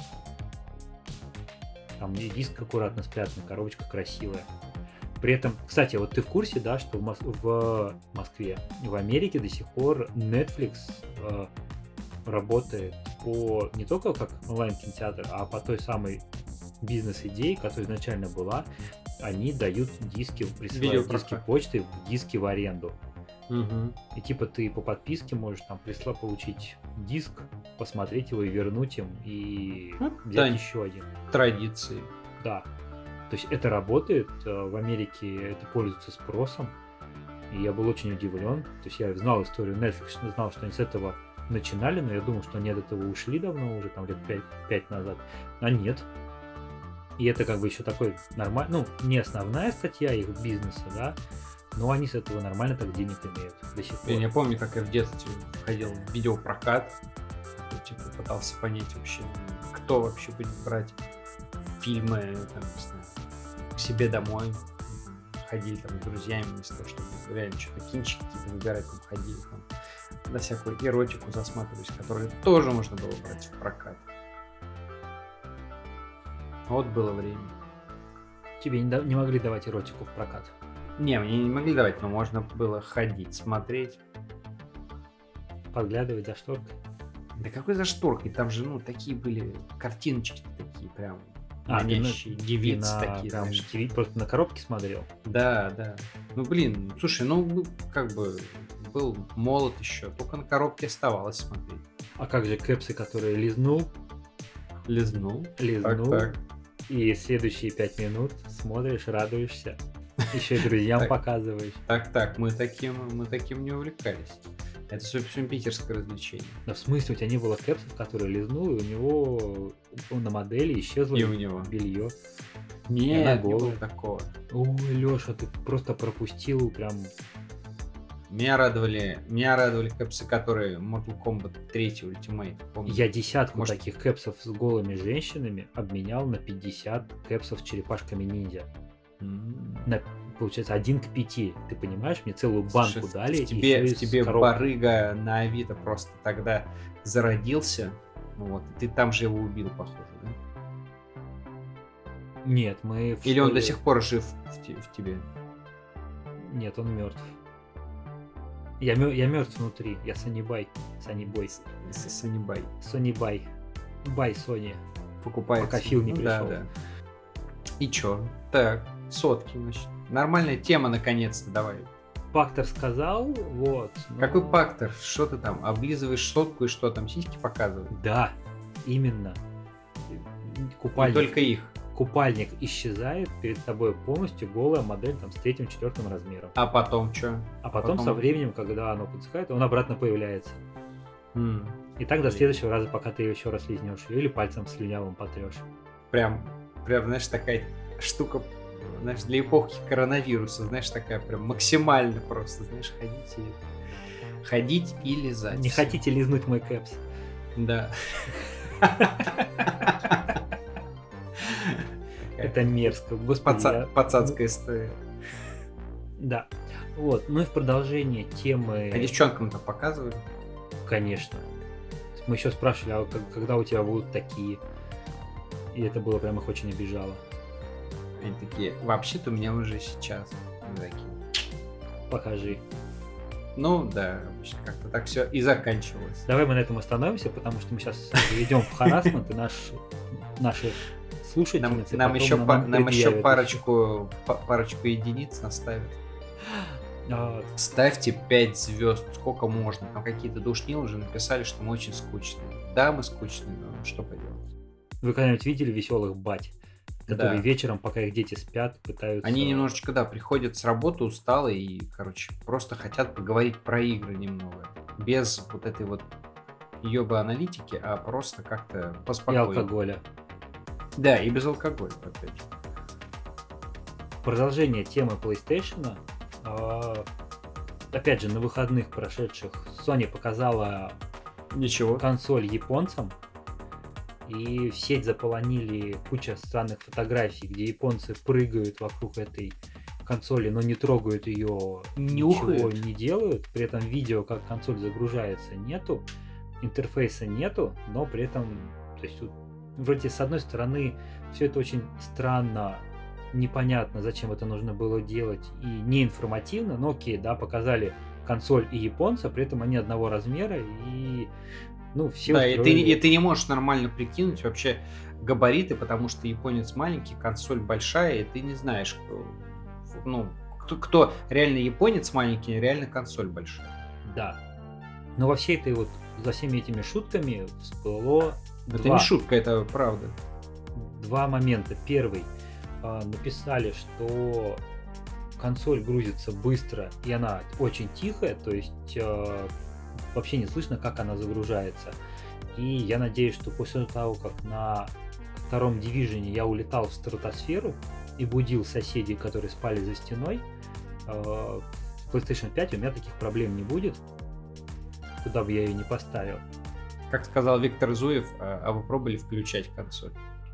Speaker 1: Там и диск аккуратно спрятан, коробочка красивая. При этом, кстати, вот ты в курсе, да, что в, Мос- в Москве, в Америке до сих пор Netflix э, работает по не только как онлайн-кинотеатр, а по той самой бизнес-идее, которая изначально была. Они дают диски, присылают диски почты, диски в аренду.
Speaker 2: Угу.
Speaker 1: И типа ты по подписке можешь там присла получить диск, посмотреть его и вернуть им, и
Speaker 2: ну,
Speaker 1: взять
Speaker 2: да,
Speaker 1: еще один.
Speaker 2: Традиции.
Speaker 1: Да. То есть это работает, в Америке это пользуется спросом, и я был очень удивлен. То есть я знал историю Netflix, знал, что они с этого начинали, но я думал, что они от этого ушли давно, уже там лет пять назад, а нет. И это как бы еще такой нормальный, ну, не основная статья их бизнеса, да, но они с этого нормально так денег имеют до сих пор.
Speaker 2: Я не помню, как я в детстве ходил в видеопрокат, типа пытался понять вообще, кто вообще будет брать фильмы, там, не знаю, к себе домой. Ходили там с друзьями вместо того, чтобы реально что-то кинчики какие-то выбирать, там ходили там на всякую эротику засматривались, которую тоже можно было брать в прокат. Вот было время.
Speaker 1: Тебе не, да- не могли давать эротику в прокат?
Speaker 2: Не, мне не могли давать, но можно было ходить, смотреть.
Speaker 1: Подглядывать за шторкой?
Speaker 2: Да какой за шторкой? Там же, ну, такие были картиночки такие прям
Speaker 1: А, ты
Speaker 2: манящие,
Speaker 1: на-
Speaker 2: девицы
Speaker 1: ты на,
Speaker 2: такие,
Speaker 1: прям
Speaker 2: знаешь.
Speaker 1: ти ви просто на коробке смотрел?
Speaker 2: Да, да. Ну, блин, слушай, ну, как бы был молод еще, только на коробке оставалось смотреть.
Speaker 1: А как же кэпсы, которые лизнул,
Speaker 2: Лизнул.
Speaker 1: лизнул,
Speaker 2: Так, так.
Speaker 1: и следующие пять минут смотришь, радуешься, еще и друзьям
Speaker 2: Так.
Speaker 1: показываешь.
Speaker 2: Так, так, мы таким, мы таким не увлекались. Это, собственно, питерское развлечение.
Speaker 1: Но в смысле, у тебя не было кэпсов, которые лизнул, и у него он на модели исчезло
Speaker 2: И у него.
Speaker 1: белье.
Speaker 2: Нет,
Speaker 1: она
Speaker 2: не
Speaker 1: голая.
Speaker 2: было такого.
Speaker 1: Ой, Леша, ты просто пропустил прям...
Speaker 2: Меня радовали, меня радовали кэпсы, которые Mortal Kombat три Ultimate. Помню.
Speaker 1: Я десятку
Speaker 2: Может-
Speaker 1: таких кэпсов с голыми женщинами обменял на пятьдесят кэпсов с черепашками ниндзя.
Speaker 2: М.
Speaker 1: На, получается, один к пяти. Ты понимаешь, мне целую банку
Speaker 2: Слушай,
Speaker 1: дали.
Speaker 2: В
Speaker 1: и
Speaker 2: тебе,
Speaker 1: ещё и
Speaker 2: в
Speaker 1: с
Speaker 2: тебе
Speaker 1: коробкой.
Speaker 2: барыга на Авито просто тогда зародился. Ну вот, ты там же его убил, похоже, да?
Speaker 1: Нет, мы в
Speaker 2: Или он
Speaker 1: школе-
Speaker 2: до сих пор жив в, те- в тебе?
Speaker 1: Нет, он мертв. Я, мё- я мертв внутри. Я Санибай. Санибой.
Speaker 2: С- Санибай.
Speaker 1: Сонибай. Бай, Сони.
Speaker 2: Покупается.
Speaker 1: Пока Фил не
Speaker 2: Ну да,
Speaker 1: пришел.
Speaker 2: да. И чё? Так, сотки, значит. Нормальная тема, наконец-то, давай.
Speaker 1: Пактор сказал, вот. но-
Speaker 2: Какой пактор? Что ты там? Облизываешь сотку и что там, сиськи показывают?
Speaker 1: Да, именно.
Speaker 2: Не
Speaker 1: Купальник.
Speaker 2: только их.
Speaker 1: купальник исчезает, перед тобой полностью голая модель там с третьим-четвертым размером.
Speaker 2: А потом что?
Speaker 1: А потом,
Speaker 2: потом-
Speaker 1: со временем, когда оно подсыхает, он обратно появляется.
Speaker 2: М,
Speaker 1: И так до
Speaker 2: Блин.
Speaker 1: следующего раза, пока ты еще раз лизнешь ее или пальцем слюнявым потрешь.
Speaker 2: Прям, прям, знаешь, такая штука, знаешь, для эпохи коронавируса, знаешь, такая прям максимально просто, знаешь, ходить и, ходить и лизать.
Speaker 1: Не
Speaker 2: Всё.
Speaker 1: хотите лизнуть мой кэпс?
Speaker 2: Да.
Speaker 1: Это мерзко. Господи,
Speaker 2: Паца-
Speaker 1: я-
Speaker 2: Пацанская история.
Speaker 1: Да. Вот. Ну и в продолжение темы...
Speaker 2: А девчонкам-то показывали?
Speaker 1: Конечно. Мы еще спрашивали, а как- когда у тебя будут такие? И это было прям их очень обижало.
Speaker 2: Они такие, вообще-то у меня уже сейчас. Мы такие,
Speaker 1: Покажи.
Speaker 2: ну да, обычно как-то так все и заканчивалось.
Speaker 1: Давай мы на этом остановимся, потому что мы сейчас идем в харассмент, и наш, наши
Speaker 2: Нам,
Speaker 1: слушательницы
Speaker 2: нам
Speaker 1: потом
Speaker 2: еще,
Speaker 1: нам
Speaker 2: па- нам еще
Speaker 1: предъявят
Speaker 2: парочку, па- парочку единиц наставят.
Speaker 1: А,
Speaker 2: Ставьте пять звезд, сколько можно. Там какие-то душнилы уже написали, что мы очень скучные. Да, мы скучные, но что поделать.
Speaker 1: Вы когда-нибудь видели веселых бать, которые
Speaker 2: Да.
Speaker 1: вечером, пока их дети спят, пытаются...
Speaker 2: Они немножечко, да, приходят с работы усталые и, короче, просто хотят поговорить про игры немного. Без вот этой вот ёбы аналитики, а просто как-то
Speaker 1: И
Speaker 2: поспокойнее.
Speaker 1: алкоголя.
Speaker 2: Да, и без алкоголя, опять же.
Speaker 1: Продолжение темы PlayStation. а, Опять же, на выходных прошедших Sony показала
Speaker 2: Ничего.
Speaker 1: консоль японцам. И в сеть заполонили куча странных фотографий, где японцы прыгают вокруг этой консоли, но не трогают ее, ничего
Speaker 2: Нюхают.
Speaker 1: не делают. При этом видео, как консоль загружается, нету. Интерфейса нету, но при этом, то есть, вот, вроде с одной стороны, все это очень странно, непонятно, зачем это нужно было делать, и неинформативно, но окей, да, показали консоль и японца, при этом они одного размера, и ну, все
Speaker 2: Да, и ты,
Speaker 1: устроили-
Speaker 2: и ты не можешь нормально прикинуть вообще габариты, потому что японец маленький, консоль большая, и ты не знаешь, кто- ну, кто, кто реально японец маленький, реально консоль большая.
Speaker 1: Да. Но во всей этой вот, за всеми этими шутками всплыло
Speaker 2: Это
Speaker 1: два,
Speaker 2: не шутка, это правда.
Speaker 1: два момента. Первый. а, написали, что консоль грузится быстро, и она очень тихая, то есть а, вообще не слышно, как она загружается. И я надеюсь, что после того, как на втором дивизионе я улетал в стратосферу и будил соседей, которые спали за стеной, а, в PlayStation пять у меня таких проблем не будет, куда бы я ее не поставил.
Speaker 2: Как сказал Виктор Зуев, а, а вы пробовали включать консоль?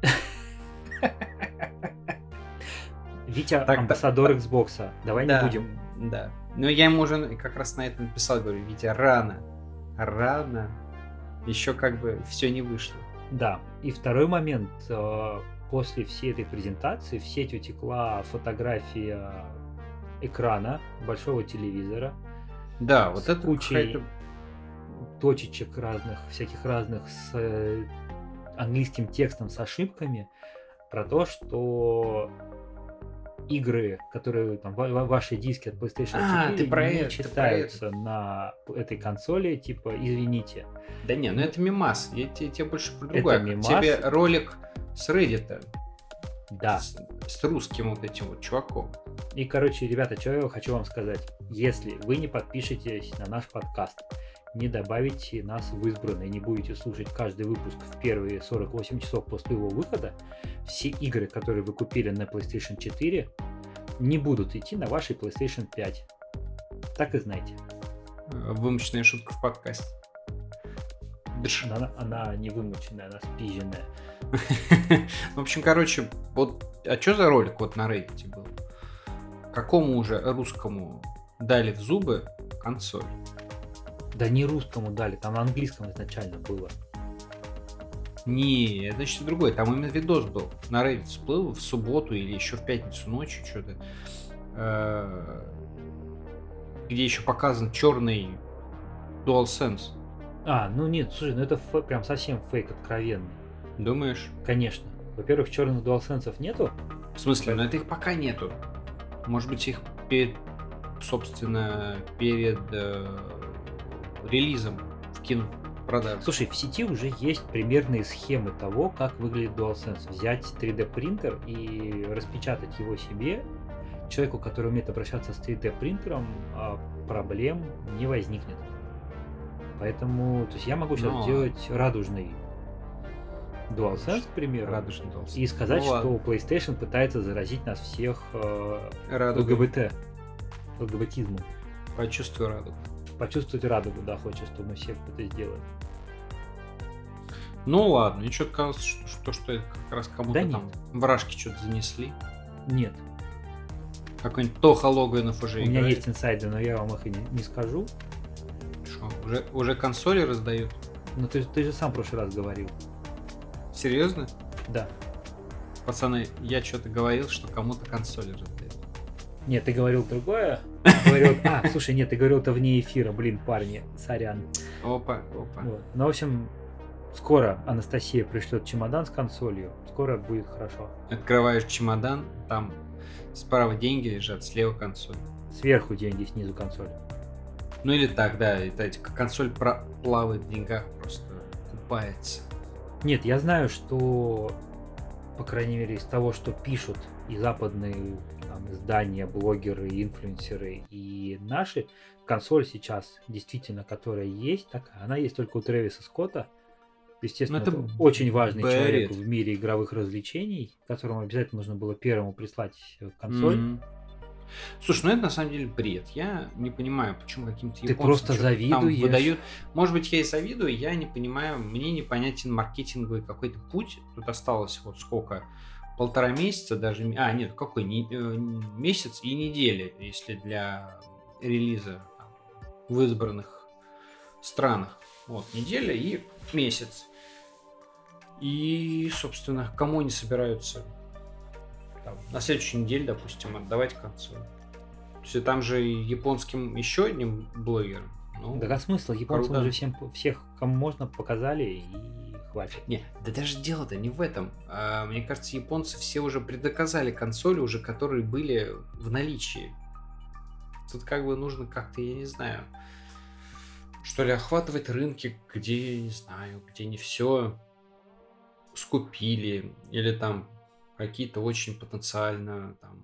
Speaker 1: Витя,
Speaker 2: Так-то-
Speaker 1: амбассадор Xbox. Давай
Speaker 2: Да,
Speaker 1: не будем.
Speaker 2: Да. Но я ему уже как раз на это написал, говорю, Витя, рано. Рано. Еще как бы все не вышло.
Speaker 1: Да. И второй момент. э, После всей этой презентации в сеть утекла фотография экрана большого телевизора,
Speaker 2: Да, вот
Speaker 1: С
Speaker 2: это
Speaker 1: кучей
Speaker 2: какая-то-
Speaker 1: точечек разных, всяких разных с э, английским текстом, с ошибками, про то, что игры, которые там ва- ва- ваши диски от PlayStation
Speaker 2: А,
Speaker 1: четыре
Speaker 2: ты про
Speaker 1: не
Speaker 2: это, ты про
Speaker 1: читаются на этой консоли, типа, извините.
Speaker 2: Да не, ну это мимас. Я тебе, тебе больше про
Speaker 1: Это
Speaker 2: другое. Как
Speaker 1: мимас.
Speaker 2: тебе ролик с Reddit.
Speaker 1: Да.
Speaker 2: С, с русским вот этим вот чуваком.
Speaker 1: И, короче, ребята, что я хочу вам сказать. Если вы не подпишетесь на наш подкаст, не добавите нас в избранные, не будете слушать каждый выпуск в первые сорок восемь часов после его выхода, все игры, которые вы купили на PlayStation четыре, не будут идти на вашей PlayStation пять. Так и знайте.
Speaker 2: Э, Вымышленная шутка в подкасте. Дыш.
Speaker 1: Она, она не вымученная, она спизженная.
Speaker 2: В общем, короче, вот, а что за ролик вот на Reddit был? Какому уже русскому дали в зубы консоль?
Speaker 1: Да не русскому дали, там на английском изначально было.
Speaker 2: Не, это значит другой. Там именно видос был. На Reddit всплыл в субботу или еще в пятницу ночью что-то. э, Где еще показан черный DualSense.
Speaker 1: А, ну нет, слушай, ну это фе- прям совсем фейк откровенный.
Speaker 2: Думаешь?
Speaker 1: Конечно. Во-первых, черных DualSense нету.
Speaker 2: В смысле? Но это их пока нету. Может быть, их перед, собственно, перед э, релизом вкинут. продажи.
Speaker 1: Слушай, в сети уже есть примерные схемы того, как выглядит DualSense. Взять три дэ принтер и распечатать его себе. Человеку, который умеет обращаться с три дэ принтером, а, проблем не возникнет. Поэтому, то есть я могу сейчас
Speaker 2: Ну,
Speaker 1: сделать радужный DualSense, к примеру,
Speaker 2: радужный DualSense.
Speaker 1: и сказать,
Speaker 2: Ну
Speaker 1: что
Speaker 2: ладно.
Speaker 1: PlayStation пытается заразить нас всех э,
Speaker 2: Радугой.
Speaker 1: ЛГБТ, ЛГБТизмом.
Speaker 2: Почувствуй радугу.
Speaker 1: Почувствовать радугу, да, хочет, что мы все это сделаем.
Speaker 2: Ну ладно, и что-то казалось, что, что, что это как раз кому-то
Speaker 1: Да
Speaker 2: там вражки что-то занесли.
Speaker 1: Нет,
Speaker 2: Какой-нибудь Тоха Логвинов уже
Speaker 1: у меня
Speaker 2: играет.
Speaker 1: есть инсайды, но я вам их и не, не скажу.
Speaker 2: Шо, уже, уже консоли раздают?
Speaker 1: Но ты, ты же сам в прошлый раз говорил.
Speaker 2: Серьезно?
Speaker 1: Да.
Speaker 2: Пацаны, я что-то говорил, что кому-то консоли раздают.
Speaker 1: Нет, ты говорил другое. Говорил, а, слушай, нет, ты говорил это вне эфира, блин, парни, сорян.
Speaker 2: Опа, опа.
Speaker 1: Вот. Ну, в общем, скоро Анастасия пришлет чемодан с консолью, скоро будет хорошо.
Speaker 2: Открываешь чемодан, там справа деньги лежат, слева консоль.
Speaker 1: Сверху деньги, снизу консоль.
Speaker 2: Ну или так, да, это эти- консоль про- плавает в деньгах, просто купается.
Speaker 1: Нет, я знаю, что, по крайней мере, из того, что пишут и западные там, издания, блогеры, инфлюенсеры, и наши, консоль сейчас действительно, которая есть такая, она есть только у Трэвиса Скотта. Естественно,
Speaker 2: Ну, это
Speaker 1: это очень важный
Speaker 2: бред.
Speaker 1: человек в мире игровых развлечений, которому обязательно нужно было первому прислать э, консоль.
Speaker 2: Мгм. Слушай, ну это на самом деле бред. Я не понимаю, почему каким-то
Speaker 1: Ты
Speaker 2: японцам
Speaker 1: просто
Speaker 2: что-то там
Speaker 1: завидуешь.
Speaker 2: выдают. Может быть, я и завидую, я не понимаю, мне непонятен маркетинговый какой-то путь. Тут осталось вот сколько, полтора месяца даже. А, нет, какой, не- э, месяц и неделя, если для релиза там, в избранных странах. Вот, неделя и месяц. И, собственно, кому они собираются там, на следующей неделе, допустим, отдавать консоль. То есть там же и японским еще одним блогером. Ну,
Speaker 1: Да, а смысл? Японцам
Speaker 2: круто.
Speaker 1: уже всем, всех, кому можно, показали и хватит.
Speaker 2: Не, да даже дело-то не в этом. А, мне кажется, японцы все уже предоказали консоли, уже которые были в наличии. Тут как бы нужно как-то, я не знаю, что ли, охватывать рынки, где, не знаю, где не все скупили, или там какие-то очень потенциально там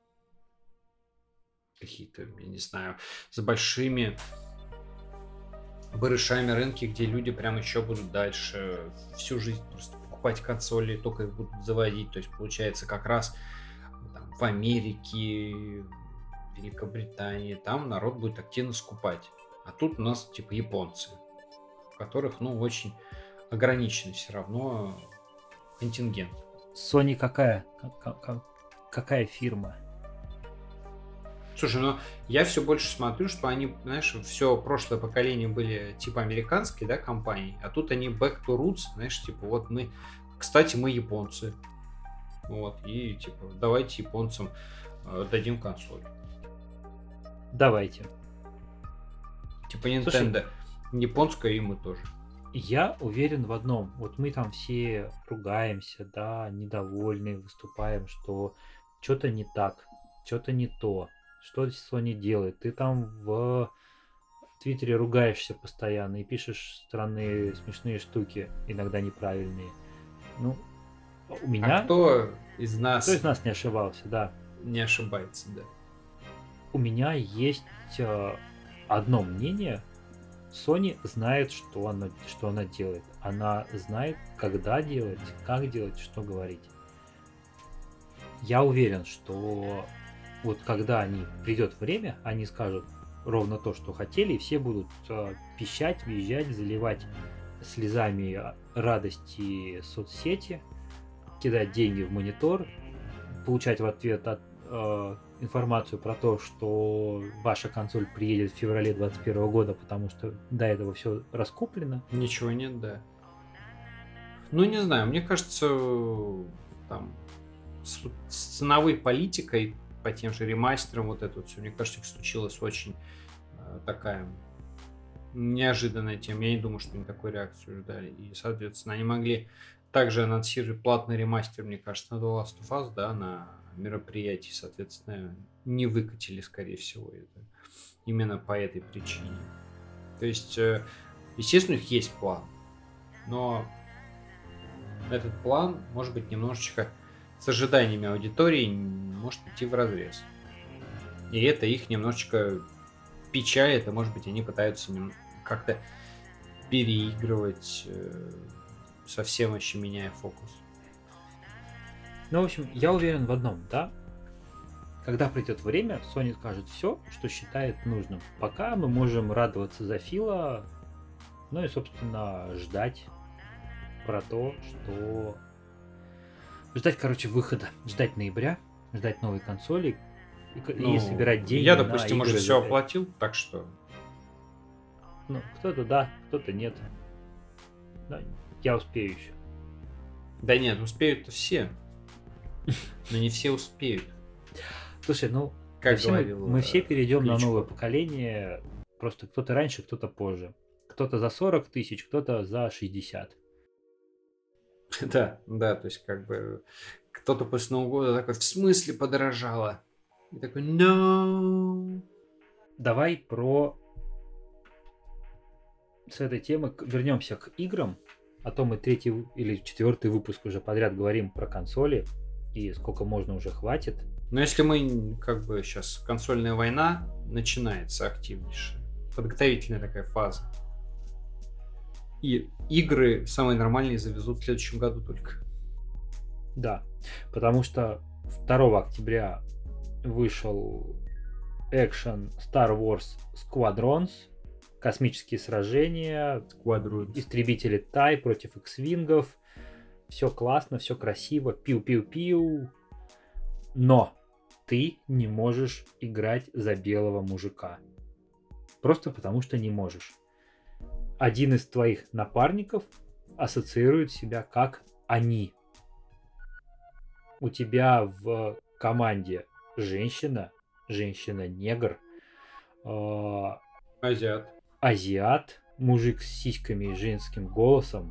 Speaker 2: какие-то, я не знаю, с большими барышами рынки, где люди прям еще будут дальше всю жизнь просто покупать консоли, только их будут заводить. То есть получается как раз там, в Америке, Великобритании, там народ будет активно скупать. А тут у нас типа японцы, у которых, ну, очень ограниченный все равно контингент.
Speaker 1: Sony какая? Как- как- Какая фирма?
Speaker 2: Слушай, ну я все больше смотрю, что они, знаешь, все прошлое поколение были типа американские, да, компании, а тут они back to roots, знаешь, типа вот мы, кстати, мы японцы, вот, и типа давайте японцам э, дадим консоль.
Speaker 1: Давайте.
Speaker 2: Типа
Speaker 1: Слушай,
Speaker 2: Nintendo, японская, и мы тоже.
Speaker 1: Я уверен в одном. Вот мы там все ругаемся, да, недовольны, выступаем, что что-то не так, что-то не то, что Sony делает. Ты там в Твиттере ругаешься постоянно и пишешь странные смешные штуки, иногда неправильные. Ну, у меня...
Speaker 2: А кто из нас
Speaker 1: Кто из нас не ошибался, да.
Speaker 2: не ошибается, да?
Speaker 1: У меня есть э, одно мнение. Sony знает, что она, что она делает. Она знает, когда делать, как делать, что говорить. Я уверен, что вот когда они придет время, они скажут ровно то, что хотели, и все будут э, пищать, визжать, заливать слезами радости соцсети, кидать деньги в монитор, получать в ответ от, э, информацию про то, что ваша консоль приедет в феврале двадцать первого года, потому что до этого все раскуплено.
Speaker 2: Ничего нет, да. Ну, не знаю, мне кажется, там, с, с ценовой политикой по тем же ремастерам вот это вот все, мне кажется, случилась очень э, такая неожиданная тема. Я не думаю, что они такую реакцию ждали. И, соответственно, они могли также анонсировать платный ремастер, мне кажется, на The Last of Us, да, на мероприятии, соответственно, не выкатили, скорее всего, это именно по этой причине. То есть, э, Естественно, у них есть план, но этот план может быть немножечко с ожиданиями аудитории может идти вразрез. И это их немножечко печалит, а может быть они пытаются нем- как-то переигрывать, э, совсем вообще меняя фокус.
Speaker 1: Ну, в общем, я уверен в одном, да? Когда придет время, Sony скажет все, что считает нужным. Пока мы можем радоваться за Фила, ну и, собственно, ждать про то, что... Ждать, короче, выхода. Ждать ноября, ждать новой консоли и, к- и
Speaker 2: Ну,
Speaker 1: собирать деньги
Speaker 2: я,
Speaker 1: на
Speaker 2: допустим, уже
Speaker 1: игры
Speaker 2: все
Speaker 1: за-
Speaker 2: оплатил, так что
Speaker 1: Ну, кто-то да, кто-то нет. Но я успею еще.
Speaker 2: да нет, успеют-то все, но не все успеют.
Speaker 1: Слушай, ну,
Speaker 2: Как
Speaker 1: да все мы,
Speaker 2: говорил
Speaker 1: мы все
Speaker 2: э,
Speaker 1: перейдем на
Speaker 2: Кличко.
Speaker 1: новое поколение. Просто кто-то раньше, кто-то позже. Кто-то за сорок тысяч, кто-то за шестьдесят.
Speaker 2: Да, да, то есть как бы кто-то после Нового года такой, в смысле подорожало? И такой, no.
Speaker 1: Давай про с этой темы к- вернемся к играм. А то мы третий вы- или четвертый выпуск уже подряд говорим про консоли. И сколько можно уже хватит.
Speaker 2: Но если мы, как бы, сейчас консольная война начинается активнейшая, подготовительная такая фаза, и игры самые нормальные завезут в следующем году только.
Speaker 1: Да, потому что второго октября вышел экшен Star Wars Squadrons, космические сражения, истребители Тай против X-вингов. Все классно, все красиво, пиу-пиу-пиу. Но ты не можешь играть за белого мужика. Просто потому что не можешь. Один из твоих напарников ассоциирует себя как они. У тебя в команде женщина, женщина-негр, э,
Speaker 2: Азиат.
Speaker 1: азиат, мужик с сиськами и женским голосом.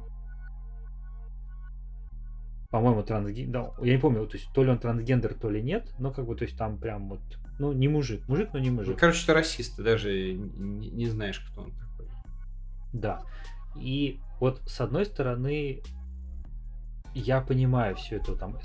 Speaker 1: По-моему, трансгендер. Я не помню, то есть то ли он трансгендер, то ли нет, но как бы, то есть там прям вот, ну, не мужик. Мужик, но не
Speaker 2: Ну,
Speaker 1: мужик.
Speaker 2: короче, ты расист, ты даже не, не знаешь, кто он такой.
Speaker 1: Да. И вот с одной стороны, я понимаю все это там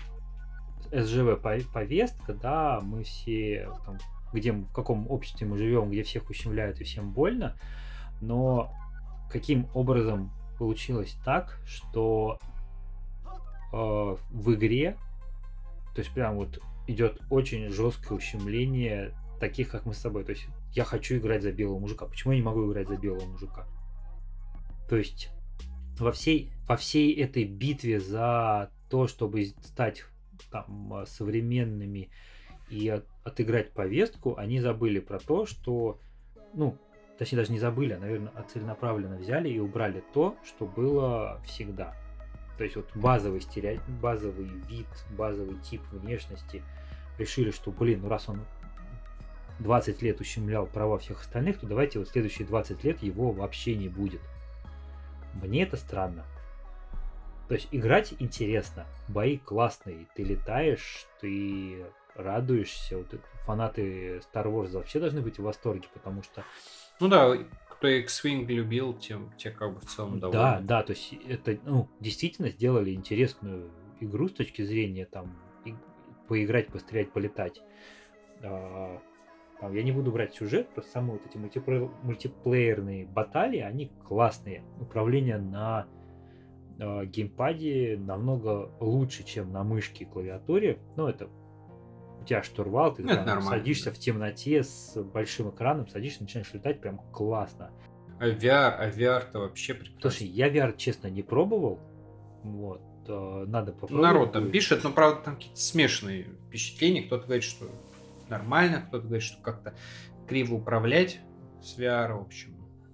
Speaker 1: эс жэ вэ повестка, да, мы все там, где мы, в каком обществе мы живем, где всех ущемляют и всем больно, но каким образом получилось так, что э, в игре, то есть прям вот идет очень жесткое ущемление таких, как мы с тобой. То есть я хочу играть за белого мужика. Почему я не могу играть за белого мужика? То есть во всей, во всей этой битве за то, чтобы стать там современными и от, отыграть повестку, они забыли про то, что, ну, точнее даже не забыли, а, наверное, целенаправленно взяли и убрали то, что было всегда. То есть вот базовый стереотип, базовый вид, базовый тип внешности решили, что, блин, ну раз он двадцать лет ущемлял права всех остальных, то давайте вот следующие двадцать лет его вообще не будет. Мне это странно. То есть играть интересно, бои классные, ты летаешь, ты радуешься. Вот фанаты Star Wars вообще должны быть в восторге, потому что...
Speaker 2: Ну да, кто X-Wing любил, тем, те как бы в целом довольны.
Speaker 1: Да, да, то есть это, ну, действительно сделали интересную игру с точки зрения там и, поиграть, пострелять, полетать. А, там, я не буду брать сюжет, просто самые вот эти мультиплеер, мультиплеерные баталии, они классные. Управление на э, геймпаде намного лучше, чем на мышке и клавиатуре. Ну, это у тебя штурвал, ты
Speaker 2: Ну, это
Speaker 1: там
Speaker 2: нормально,
Speaker 1: садишься
Speaker 2: да.
Speaker 1: в темноте с большим экраном, садишься, начинаешь летать, прям классно.
Speaker 2: А ви ар, а ви ар-то вообще прекрасно.
Speaker 1: Слушай, я ви ар, честно, не пробовал. Вот, э, надо попробовать.
Speaker 2: Народ там
Speaker 1: будет.
Speaker 2: пишет, но правда там какие-то смешанные впечатления. Кто-то говорит, что нормально, кто-то говорит, что как-то криво управлять с ви ар, в общем.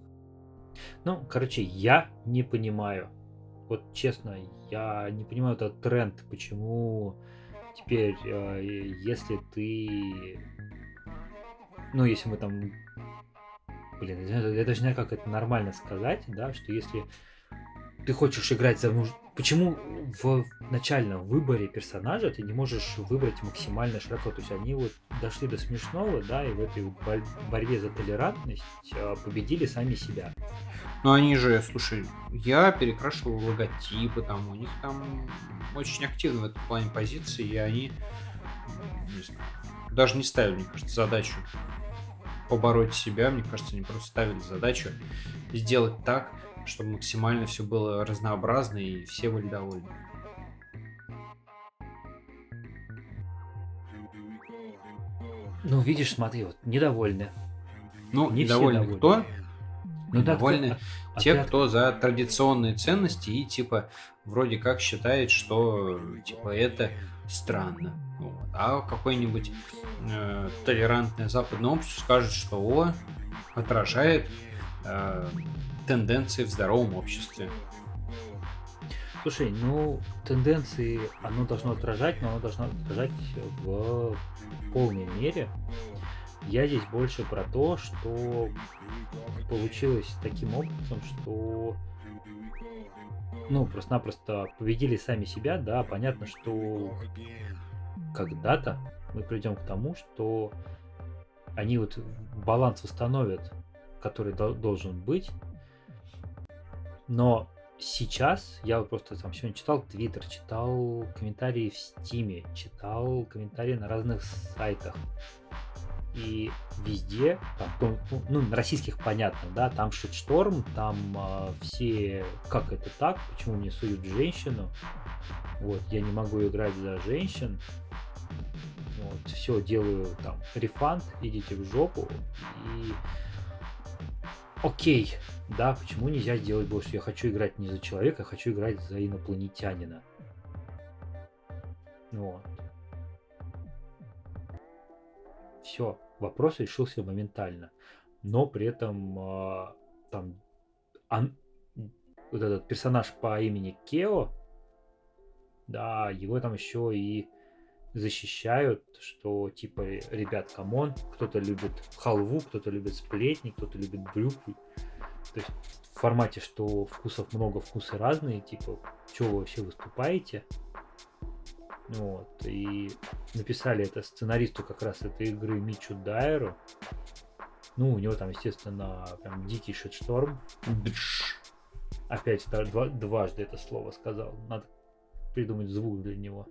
Speaker 1: Ну, короче, я не понимаю. Вот честно, я не понимаю этот тренд, почему теперь, э, если ты... Ну, если мы там... Блин, я даже не знаю, как это нормально сказать, да, что если ты хочешь играть за нуж... Почему в начальном выборе персонажа ты не можешь выбрать максимально широко? То есть они вот дошли до смешного, да, и в этой вот бо- борьбе за толерантность а, победили сами себя.
Speaker 2: Ну они же, слушай, я перекрашивал логотипы, там у них там очень активно в этом плане позиции, и они м, не знаю, даже не ставили, мне кажется, задачу побороть себя. Мне кажется, они просто ставили задачу сделать так, чтобы максимально все было разнообразно и все были довольны.
Speaker 1: Ну, видишь, смотри, вот недовольны.
Speaker 2: Ну,
Speaker 1: Не все
Speaker 2: недовольны
Speaker 1: довольны.
Speaker 2: кто?
Speaker 1: Ну да, кто...
Speaker 2: Недовольны
Speaker 1: А, а
Speaker 2: те,
Speaker 1: ты от-
Speaker 2: кто за традиционные ценности и типа вроде как считает, что типа это странно. Вот. А какой-нибудь э, толерантное западное общество скажет, что о, отражает э, тенденции в здоровом обществе.
Speaker 1: Слушай, ну, тенденции оно должно отражать, но оно должно отражать в полной мере. Я здесь больше про то, что получилось таким образом, что ну, просто-напросто победили сами себя, да, понятно, что когда-то мы придем к тому, что они вот баланс установят, который дол- должен быть, но сейчас я вот просто там сегодня читал Твиттер, читал комментарии в Стиме, читал комментарии на разных сайтах. И везде, там, то- ну, ну, на российских понятно, да, там шитшторм, там а, все, как это так, почему мне суют женщину, вот, я не могу играть за женщин, вот, все, делаю там рефанд, идите в жопу, и окей, да, почему нельзя сделать больше, я хочу играть не за человека, я хочу играть за инопланетянина, вот, все, вопрос решился моментально, но при этом а, там ан- вот этот персонаж по имени Кео, да, его там еще и защищают, что типа, ребят, камон, кто-то любит халву, кто-то любит сплетни, кто-то любит брюкву. То есть в формате, что вкусов много, вкусы разные, типа, что вы вообще выступаете? Вот, и написали это сценаристу как раз этой игры Мичу Дайеру. Ну, у него там, естественно, прям дикий шитшторм.
Speaker 2: Бдж.
Speaker 1: Опять втор- два- дважды это слово сказал. Надо придумать звук для него.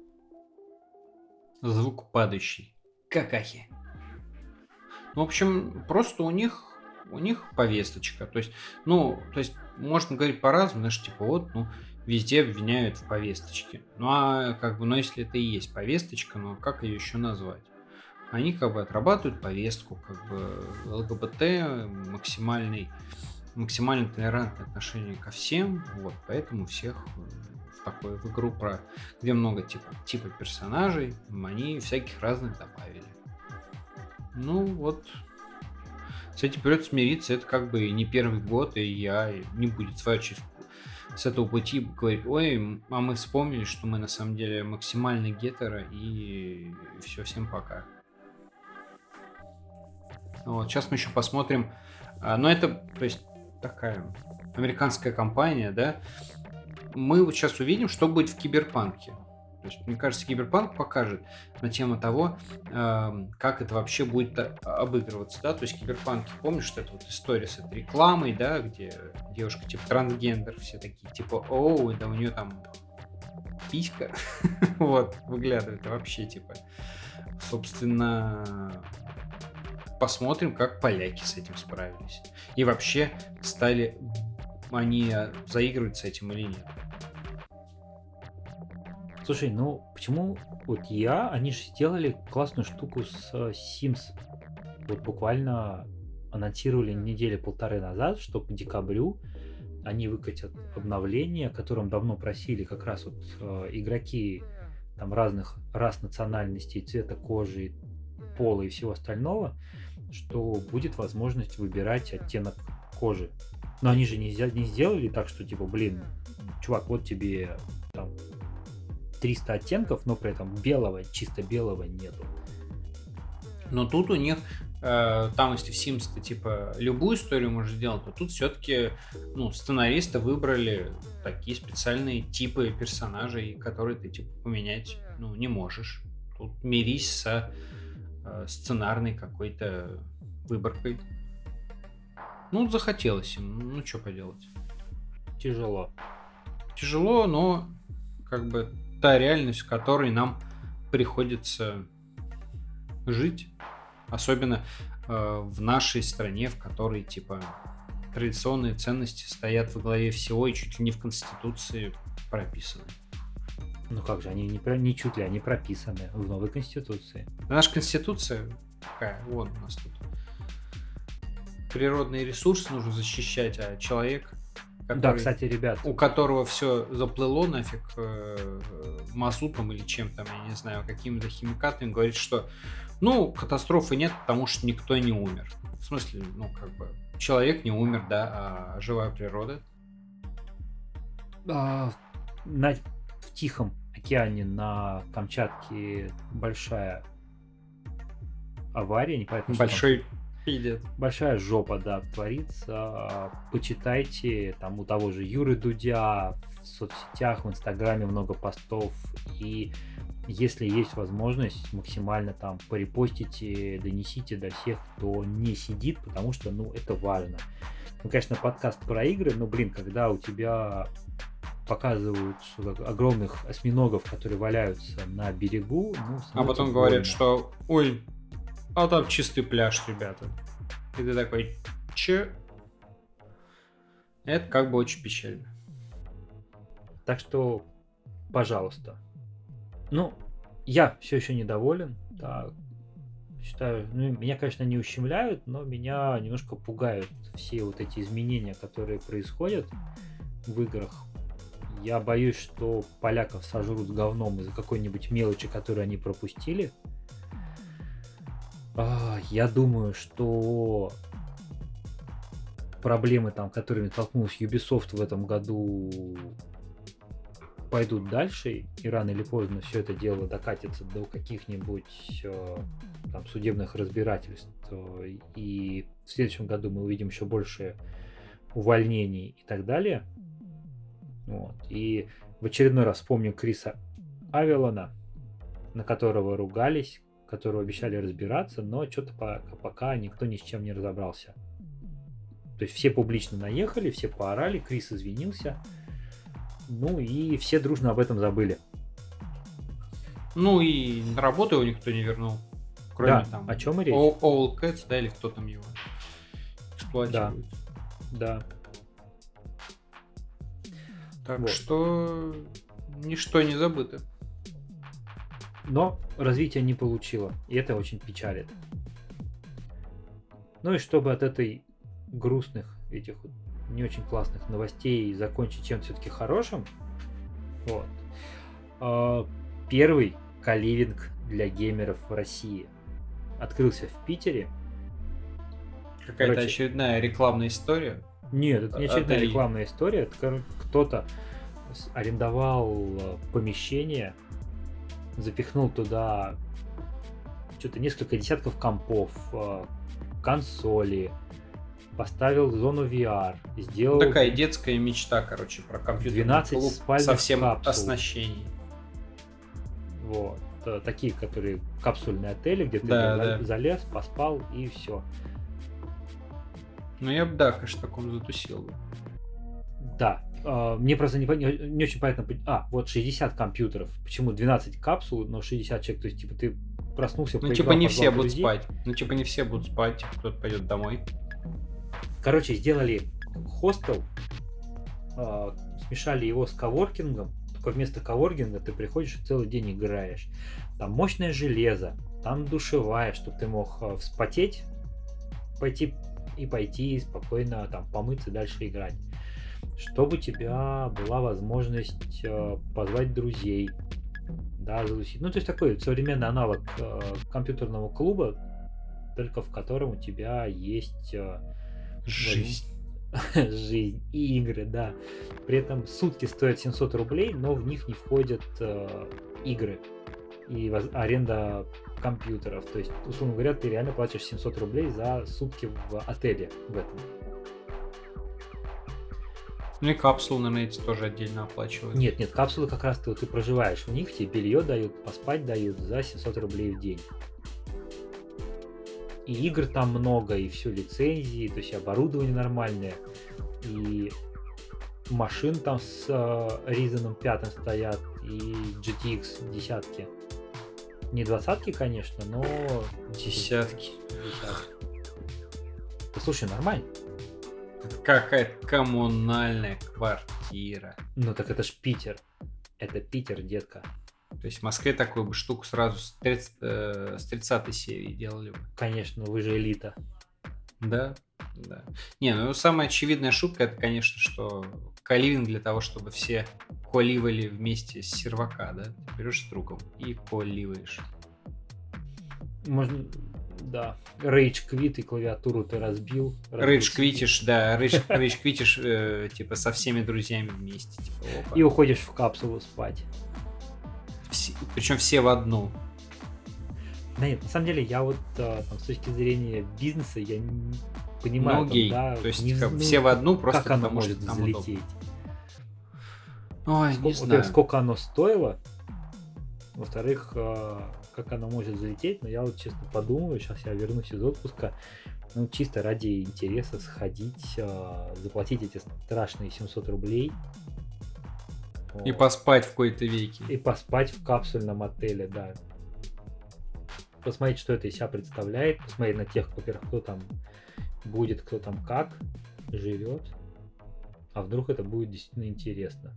Speaker 2: Звук падающий. Какахи. Ну, в общем, просто у них у них повесточка. То есть, ну, то есть, можно говорить по-разному, знаешь, типа, вот, ну, везде обвиняют в повесточке. Ну, а как бы, ну, если это и есть повесточка, ну, как ее еще назвать? Они как бы отрабатывают повестку, как бы ЛГБТ, максимальный, максимально толерантное отношение ко всем, вот, поэтому всех э, в такой в игру про, где много типа, типа персонажей, они всяких разных добавили. Ну, вот, с этим придется смириться, это как бы не первый год, и я не будет сворачивать с этого пути говорить, ой, м, а мы вспомнили, что мы на самом деле максимально гетеро, и все, всем пока. Вот, сейчас мы еще посмотрим, а, но это, то есть, такая американская компания, да, мы вот сейчас увидим, что будет в Киберпанке. То есть, мне кажется, Киберпанк покажет на тему того, эм, как это вообще будет а- обыгрываться, да, то есть Киберпанк, помнишь, что это вот история с этой рекламой, да, где девушка типа трансгендер, все такие, типа, оу, да у нее там писька, вот, выглядывает, а вообще, типа, собственно, посмотрим, как поляки с этим справились. И вообще, стали они а, заигрывать с этим или нет.
Speaker 1: Слушай, ну почему вот я, они же сделали классную штуку с э, Sims. Вот буквально анонсировали недели полторы назад, что к декабрю они выкатят обновление, о котором давно просили как раз вот э, игроки там разных рас, национальностей, цвета кожи, пола и всего остального, что будет возможность выбирать оттенок кожи. Но они же не, взя- не сделали так, что типа, блин, чувак, вот тебе там триста оттенков, но при этом белого, чисто белого нету.
Speaker 2: Но тут у них э, там, если в Sims ты, типа, любую историю можешь делать, то тут все-таки, ну, сценаристы выбрали такие специальные типы персонажей, которые ты, типа, поменять, ну, не можешь. Тут мирись со э, сценарной какой-то выборкой. Ну, захотелось им, ну, что поделать.
Speaker 1: Тяжело.
Speaker 2: Тяжело, но, как бы, та реальность, в которой нам приходится жить. Особенно э, в нашей стране, в которой, типа, традиционные ценности стоят во главе всего и чуть ли не в Конституции прописаны.
Speaker 1: Ну как же, они не, про- не чуть ли, они прописаны в новой Конституции.
Speaker 2: Наша Конституция какая? Вон у нас тут. Природные ресурсы нужно защищать, а человек, который,
Speaker 1: Да, кстати, ребят,
Speaker 2: у которого все заплыло нафиг э, мазутом или чем-то, я не знаю, какими-то химикатами, говорит, что ну, катастрофы нет, потому что никто не умер. В смысле, ну, как бы, человек не умер, да, а живая природа.
Speaker 1: а, на, в Тихом океане на Камчатке большая авария, непонятно, что там.
Speaker 2: Большой пиздец.
Speaker 1: Большая жопа, да, творится. Почитайте, там у того же Юры Дудя в соцсетях, в Инстаграме много постов. И если есть возможность, максимально там порепостите, донесите до всех, кто не сидит, потому что, ну, это важно. Ну, конечно, подкаст про игры, но, блин, когда у тебя показывают огромных осьминогов, которые валяются на берегу, ну,
Speaker 2: а потом говорят, что ой, а там чистый пляж, ребята. И ты такой, че? Это как бы очень печально.
Speaker 1: Так что, пожалуйста. Ну, я все еще недоволен. Так, считаю, ну, меня, конечно, не ущемляют, но меня немножко пугают все вот эти изменения, которые происходят в играх. Я боюсь, что поляков сожрут с говном из-за какой-нибудь мелочи, которую они пропустили. Я думаю, что проблемы, там, которыми столкнулся Ubisoft в этом году, пойдут дальше, и рано или поздно все это дело докатится до каких-нибудь э, там, судебных разбирательств, и в следующем году мы увидим еще больше увольнений и так далее. Вот. И в очередной раз вспомню Криса Авелона, на которого ругались, которого обещали разбираться, но что-то пока, пока никто ни с чем не разобрался. То есть все публично наехали, все поорали, Крис извинился, ну и все дружно об этом забыли.
Speaker 2: Ну и на работу его никто не вернул. Кроме
Speaker 1: да,
Speaker 2: там
Speaker 1: о чем и речь.
Speaker 2: All Cats, да, или кто там его эксплуатирует.
Speaker 1: Да, да.
Speaker 2: Так
Speaker 1: вот.
Speaker 2: что ничто не забыто.
Speaker 1: Но развития не получило, и это очень печалит. Ну и чтобы от этой грустных, этих вот не очень классных новостей закончить чем-то все-таки хорошим, вот. А, первый коливинг для геймеров в России открылся в Питере.
Speaker 2: Какая-то Короче, очередная рекламная история?
Speaker 1: Нет, это не очередная Отели. рекламная история. Это кто-то арендовал помещение, запихнул туда что-то несколько десятков компов, консоли, поставил зону ви ар, сделал...
Speaker 2: Такая детская мечта, короче, про компьютерный клуб со всем капсул. Оснащением.
Speaker 1: Вот. Такие, которые капсульные отели, где
Speaker 2: да,
Speaker 1: ты
Speaker 2: да.
Speaker 1: залез, поспал и все.
Speaker 2: Ну я бы, да, конечно, таком затусил бы.
Speaker 1: Да. Мне просто не, не, не очень понятно. А, вот шестьдесят компьютеров. Почему двенадцать капсул, но шестьдесят человек? То есть, типа, ты проснулся...
Speaker 2: Ну, типа, не все будут спать. Ну, типа, не все будут спать. Кто-то пойдет домой.
Speaker 1: Короче, сделали хостел, э, смешали его с коворкингом. Только вместо коворкинга ты приходишь и целый день играешь. Там мощное железо, там душевая, чтобы ты мог э, вспотеть, пойти и пойти спокойно там помыться и дальше играть. Чтобы у тебя была возможность э, позвать друзей, да, залусить. Ну, то есть такой современный аналог э, компьютерного клуба, только в котором у тебя есть э,
Speaker 2: жизнь.
Speaker 1: жизнь и игры, да. При этом сутки стоят семьсот рублей, но в них не входят э, игры. и воз- аренда компьютеров. То есть, условно говоря, ты реально платишь семьсот рублей за сутки в отеле в этом.
Speaker 2: Ну и капсулы, наверное, эти тоже отдельно оплачивают.
Speaker 1: Нет, нет, капсулы как раз ты, вот, ты проживаешь в них, тебе белье дают, поспать дают за семьсот рублей в день. И игр там много, и все лицензии, то есть и оборудование нормальное, и машин там с э, Ryzen пять стоят, и джи ти экс десятки. Не двадцатки, конечно, но
Speaker 2: Десятки.
Speaker 1: десятки. Да слушай, нормально.
Speaker 2: Это какая-то коммунальная квартира.
Speaker 1: Ну так это ж Питер. Это Питер, детка.
Speaker 2: То есть в Москве такую бы штуку сразу с тридцать, э, с тридцатой серии делали бы.
Speaker 1: Конечно, вы же элита.
Speaker 2: Да, да. Не, ну самая очевидная шутка, это, конечно, что коливинг для того, чтобы все коливали вместе с сервака, да? Ты берешь струком и коливаешь.
Speaker 1: Можно, да. Рейдж квит и клавиатуру ты разбил.
Speaker 2: Рейдж квитишь, да, рейдж квитишь, э, типа, со всеми друзьями вместе. Типа, опа.
Speaker 1: И уходишь в капсулу спать.
Speaker 2: Все, причем все в одну.
Speaker 1: Да нет, на самом деле я вот а, там, с точки зрения бизнеса я не понимаю,
Speaker 2: Ну,
Speaker 1: там,
Speaker 2: гей.
Speaker 1: да,
Speaker 2: То есть
Speaker 1: не
Speaker 2: как,
Speaker 1: з- ну,
Speaker 2: все в одну, просто
Speaker 1: как оно
Speaker 2: потому
Speaker 1: может
Speaker 2: что там удобно.
Speaker 1: залететь.
Speaker 2: Ой, не
Speaker 1: Сколько, во-первых,
Speaker 2: знаю.
Speaker 1: сколько оно стоило, во-вторых, а, как оно может залететь, но я вот честно подумаю, сейчас я вернусь из отпуска, ну чисто ради интереса сходить, а, заплатить эти страшные семьсот рублей.
Speaker 2: И
Speaker 1: Вот.
Speaker 2: поспать в кои-то веки.
Speaker 1: И поспать в капсульном отеле, да. Посмотреть, что это из себя представляет, посмотреть на тех, во-первых, кто там будет, кто там как живет. А вдруг это будет действительно интересно.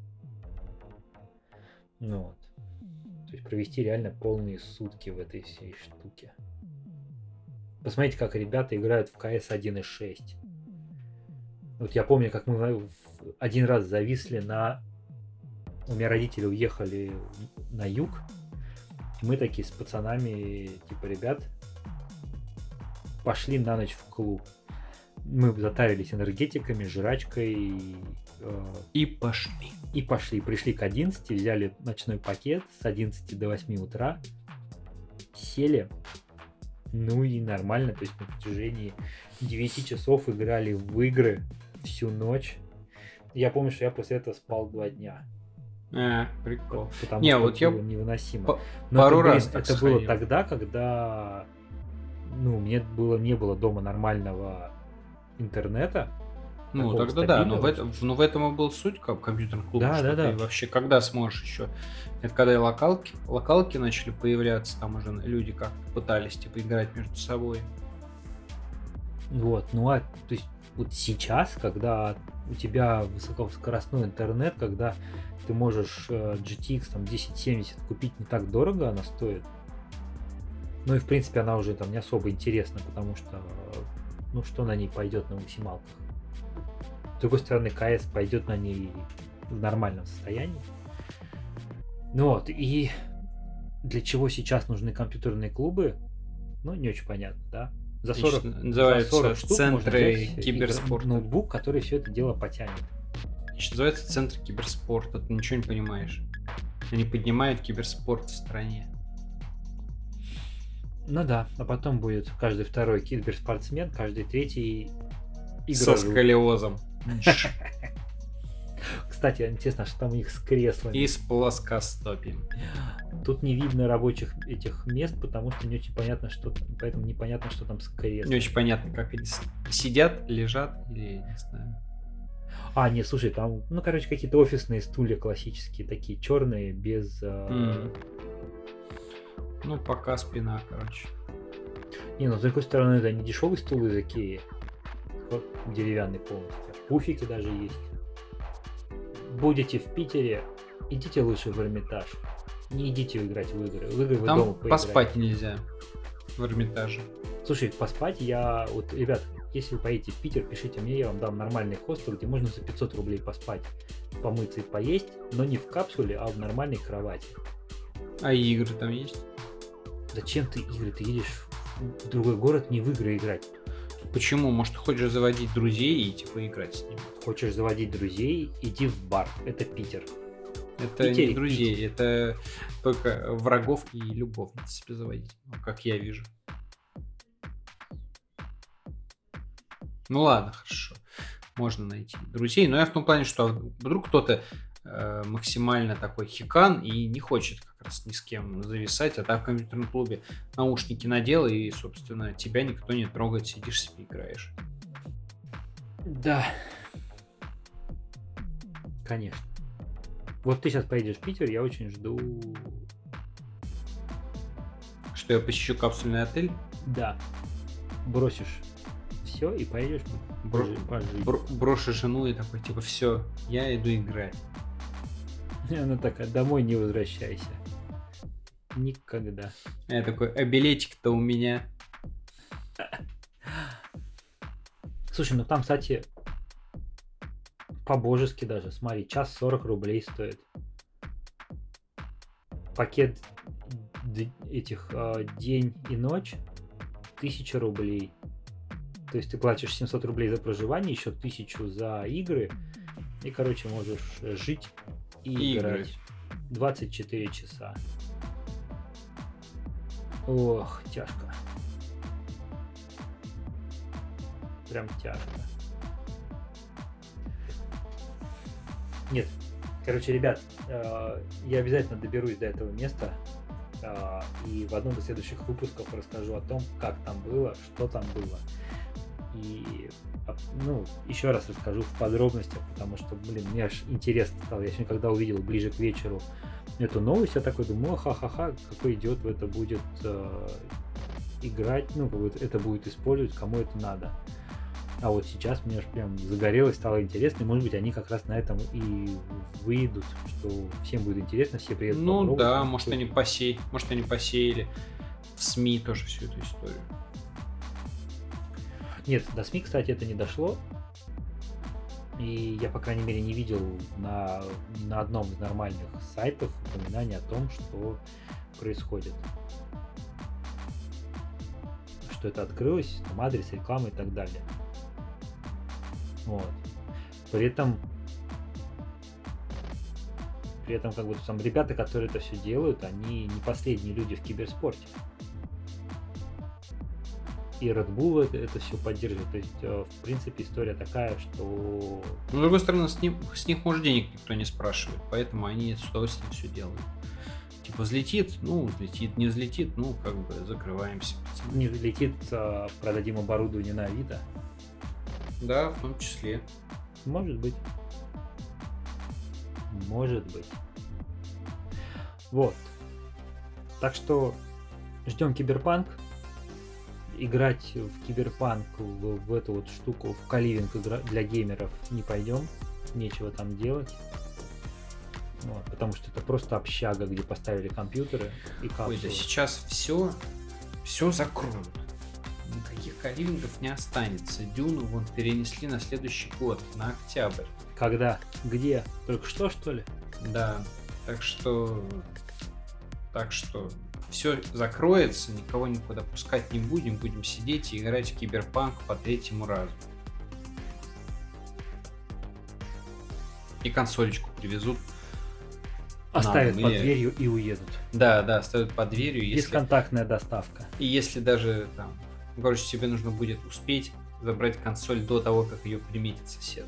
Speaker 1: Ну вот. То есть провести реально полные сутки в этой всей штуке. Посмотрите, как ребята играют в ка эс один и шесть. Вот я помню, как мы в- один раз зависли на... У меня родители уехали на юг. И мы такие с пацанами, типа, ребят, пошли на ночь в клуб. Мы затарились энергетиками, жрачкой и, э,
Speaker 2: И пошли.
Speaker 1: и пошли. Пришли к одиннадцати, взяли ночной пакет с одиннадцати до восьми утра, сели, ну и нормально, то есть на протяжении девяти часов играли в игры всю ночь. Я помню, что я после этого спал два дня.
Speaker 2: А, прикол.
Speaker 1: Потому
Speaker 2: Не,
Speaker 1: что
Speaker 2: вот я
Speaker 1: было невыносимо.
Speaker 2: По-
Speaker 1: Но
Speaker 2: пару
Speaker 1: это, блин,
Speaker 2: раз так
Speaker 1: это было
Speaker 2: сходил.
Speaker 1: тогда, когда ну, мне было, не было дома нормального интернета.
Speaker 2: Ну,
Speaker 1: такого
Speaker 2: тогда да, но в,
Speaker 1: стабильного.
Speaker 2: этом, ну, в этом и был суть как компьютерных клубов,
Speaker 1: Да,
Speaker 2: что
Speaker 1: да,
Speaker 2: ты
Speaker 1: да.
Speaker 2: вообще когда сможешь еще. Это когда и локалки, локалки начали появляться, там уже люди как-то пытались типа играть между собой.
Speaker 1: Вот, ну а то есть вот сейчас, когда у тебя высокоскоростной интернет, когда ты можешь э, джи ти экс там десять семьдесят купить не так дорого, она стоит. Ну и в принципе она уже там не особо интересна, потому что э, ну что на ней пойдет на максималках. С другой стороны, ка эс пойдет на ней в нормальном состоянии. Ну вот, и для чего сейчас нужны компьютерные клубы, ну не очень понятно, да? За сорок,
Speaker 2: Значит, называются
Speaker 1: за сорок штук можно
Speaker 2: центры
Speaker 1: взять
Speaker 2: киберспорта.
Speaker 1: игр- ноутбук, который все это дело потянет.
Speaker 2: Значит, называется центр киберспорта. Ты ничего не понимаешь. Они поднимают киберспорт в стране.
Speaker 1: Ну да, а потом будет каждый второй киберспортсмен, каждый третий
Speaker 2: Со
Speaker 1: игрок.
Speaker 2: сколиозом.
Speaker 1: Кстати, интересно, что там у них с креслами.
Speaker 2: И с плоскостопием.
Speaker 1: Тут не видно рабочих этих мест, потому что не очень понятно, что там, поэтому непонятно, что там с креслами.
Speaker 2: Не очень понятно, как они с- сидят, лежат или не знаю.
Speaker 1: А, не, слушай, там, ну, короче, какие-то офисные стулья классические, такие черные, без... э,
Speaker 2: М. Ну, пока спина, короче.
Speaker 1: Не, ну, с другой стороны, это не дешевый стул из Икеи. Вот деревянный полностью. Пуфики даже есть. Будете в Питере, идите лучше в Эрмитаж. Не идите играть в игры. В игры вы дома
Speaker 2: Там
Speaker 1: поиграете.
Speaker 2: поспать нельзя в Эрмитаже.
Speaker 1: Слушай, поспать я... Вот, ребят, если вы поедете в Питер, пишите мне, я вам дам нормальный хостел, где можно за пятьсот рублей поспать, помыться и поесть, но не в капсуле, а в нормальной кровати.
Speaker 2: А игры там есть?
Speaker 1: Зачем ты игры? Ты едешь в другой город не в игры играть.
Speaker 2: Почему? Может, ты хочешь заводить друзей и типа играть с ними?
Speaker 1: Хочешь заводить друзей, иди в бар. Это Питер.
Speaker 2: Это
Speaker 1: Питере
Speaker 2: не друзей, это только врагов и любовниц себе заводить, ну, как я вижу. Ну ладно, хорошо. Можно найти друзей. Но я в том плане, что вдруг кто-то э, максимально такой хикан и не хочет как раз ни с кем зависать, а так в компьютерном клубе наушники надел, и, собственно, тебя никто не трогает, сидишь себе играешь.
Speaker 1: Да. Конечно. Вот ты сейчас поедешь в Питер, я очень жду.
Speaker 2: Что я посещу капсульный отель?
Speaker 1: Да. Бросишь все и поедешь
Speaker 2: Бро-
Speaker 1: пожи- пожить.
Speaker 2: бро- брошу жену и такой, типа, все, я иду играть.
Speaker 1: И она такая, домой не возвращайся. Никогда.
Speaker 2: А я такой, а билетик-то у меня.
Speaker 1: Слушай, ну там, кстати, по-божески даже. Смотри, час сорок рублей стоит. Пакет д- этих э, день и ночь тысяча рублей. То есть ты платишь семьсот рублей за проживание, еще тысячу за игры. И, короче, можешь жить и,
Speaker 2: И
Speaker 1: играть.
Speaker 2: играть.
Speaker 1: двадцать четыре часа. Ох, тяжко. Прям тяжко. Нет. Короче, ребят, э, я обязательно доберусь до этого места. э, И в одном из следующих выпусков расскажу о том, как там было, что там было. И, а, ну, еще раз расскажу в подробностях, потому что, блин, мне аж интересно стало. Я сегодня, когда увидел ближе к вечеру эту новость, я такой думаю, ха-ха-ха, какой идиот в это будет э, играть, ну, как бы это будет использовать, кому это надо. А вот сейчас мне аж прям загорелось, стало интересно, и может быть они как раз на этом и выйдут, что всем будет интересно, все приедут
Speaker 2: Ну
Speaker 1: попробовать.
Speaker 2: да,
Speaker 1: Ну,
Speaker 2: может
Speaker 1: такой-
Speaker 2: они посеяли, может они посеяли в СМИ тоже всю эту историю.
Speaker 1: Нет, до СМИ, кстати, это не дошло. И я, по крайней мере, не видел на, на одном из нормальных сайтов упоминания о том, что происходит. Что это открылось, там адрес, реклама и так далее. Вот. При этом при этом, как бы там ребята, которые это все делают, они не последние люди в киберспорте. И Red Bull это, это все поддерживает. То есть, э, в принципе, история такая, что...
Speaker 2: Но, с другой стороны, с, ним, с них, может, денег никто не спрашивает, поэтому они с удовольствием все делают. Типа, взлетит, ну, взлетит, не взлетит, ну, как бы, закрываемся. пацаны.
Speaker 1: Не летит, э, продадим оборудование на Авито.
Speaker 2: Да, в том числе.
Speaker 1: Может быть. Может быть. Вот. Так что ждем Киберпанк. Играть в Киберпанк, в, в эту вот штуку, в каливинг игра для геймеров не пойдем. Нечего там делать. Вот, потому что это просто общага, где поставили компьютеры и
Speaker 2: Ой,
Speaker 1: капсулы.
Speaker 2: да сейчас все, все закроют. Никаких каливингов не останется. Дюну вон перенесли на следующий год, на октябрь.
Speaker 1: Когда? Где? Только что, что ли?
Speaker 2: Да, так что... Так что... Все закроется, никого никуда пускать не будем, будем сидеть и играть в Киберпанк по третьему разу. И консолечку привезут.
Speaker 1: Оставят
Speaker 2: Нам
Speaker 1: под
Speaker 2: или-
Speaker 1: дверью и уедут.
Speaker 2: Да, да, оставят под дверью. Если...
Speaker 1: Бесконтактная доставка.
Speaker 2: И если даже там, короче, тебе нужно будет успеть забрать консоль до того, как ее приметит сосед.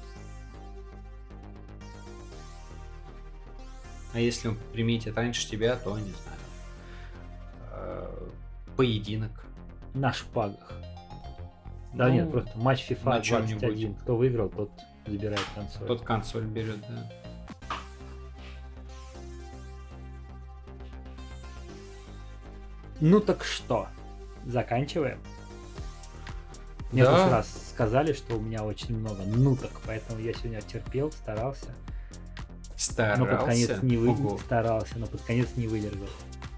Speaker 2: А если он приметит раньше тебя, то не знаю. э, Поединок.
Speaker 1: На шпагах. Да
Speaker 2: Ну,
Speaker 1: нет, просто матч FIFA
Speaker 2: на
Speaker 1: двадцать
Speaker 2: чём-нибудь.
Speaker 1: один. Кто выиграл, тот забирает консоль.
Speaker 2: Тот консоль берет, да.
Speaker 1: Ну так что, заканчиваем? Мне в
Speaker 2: Да.
Speaker 1: прошлый раз сказали, что у меня очень много нуток, поэтому я сегодня терпел, старался.
Speaker 2: Старался.
Speaker 1: Но под конец не вы...
Speaker 2: Ого.
Speaker 1: старался, но под конец не выдержал.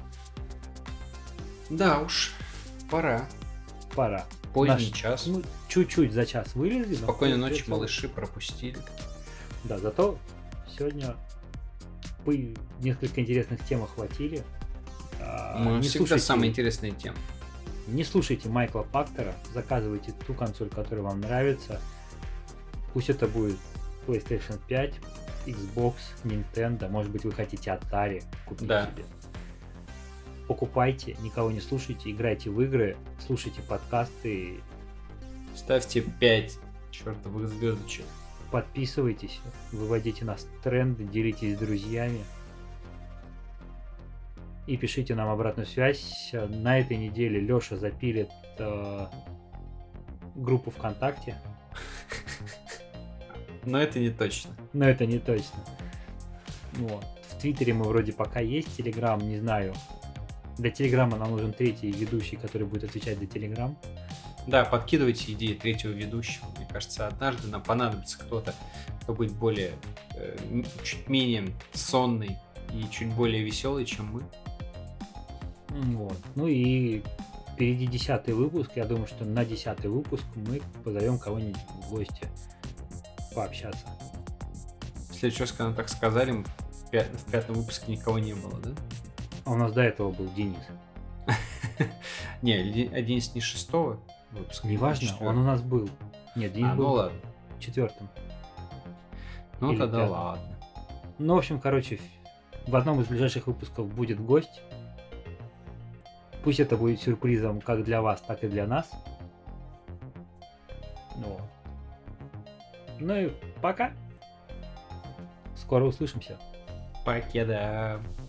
Speaker 2: Да уж, пора.
Speaker 1: Пора.
Speaker 2: Поздний
Speaker 1: Наш-
Speaker 2: час.
Speaker 1: Ну, чуть-чуть за час вылезли. но
Speaker 2: Спокойной
Speaker 1: придётся-
Speaker 2: ночи, малыши, пропустили.
Speaker 1: Да, зато сегодня по несколько интересных тем охватили. А,
Speaker 2: Мы
Speaker 1: не
Speaker 2: всегда
Speaker 1: слушайте-
Speaker 2: самые интересные темы.
Speaker 1: Не слушайте Майкла Пактера, заказывайте ту консоль, которая вам нравится. Пусть это будет PlayStation пять, Xbox, Nintendo, может быть, вы хотите Atari купить
Speaker 2: Да.
Speaker 1: себе. Покупайте, никого не слушайте, играйте в игры, слушайте подкасты,
Speaker 2: Ставьте пять чертовых звездочек.
Speaker 1: подписывайтесь, выводите нас в тренды, делитесь с друзьями. И пишите нам обратную связь. На этой неделе Лёша запилит э, группу ВКонтакте.
Speaker 2: Но это не точно.
Speaker 1: Но это не точно. Вот. В Твиттере мы вроде пока есть, Телеграм, не знаю. Для Телеграма нам нужен третий ведущий, который будет отвечать за Телеграм.
Speaker 2: Да, подкидывайте идеи третьего ведущего. Мне кажется, однажды нам понадобится кто-то, кто будет более, э, м- чуть менее сонный и чуть более веселый, чем мы.
Speaker 1: Вот. Ну и впереди десятый выпуск. Я думаю, что на десятый выпуск мы позовем кого-нибудь в гости пообщаться.
Speaker 2: В следующий раз, когда нам так сказали, мы в, пя- в пятом выпуске никого не было, да?
Speaker 1: А у нас до этого был Денис.
Speaker 2: Не, Ли- а Денис не шестого выпуска.
Speaker 1: Неважно,
Speaker 2: четвёртого.
Speaker 1: он у нас был. Нет, Денис
Speaker 2: А,
Speaker 1: был
Speaker 2: ну ладно.
Speaker 1: в четвертом.
Speaker 2: Ну
Speaker 1: Или
Speaker 2: тогда
Speaker 1: пятом.
Speaker 2: ладно.
Speaker 1: Ну, в общем, короче, в одном из ближайших выпусков будет гость. Пусть это будет сюрпризом как для вас, так и для нас. Ну, ну и пока. Скоро услышимся.
Speaker 2: Покеда.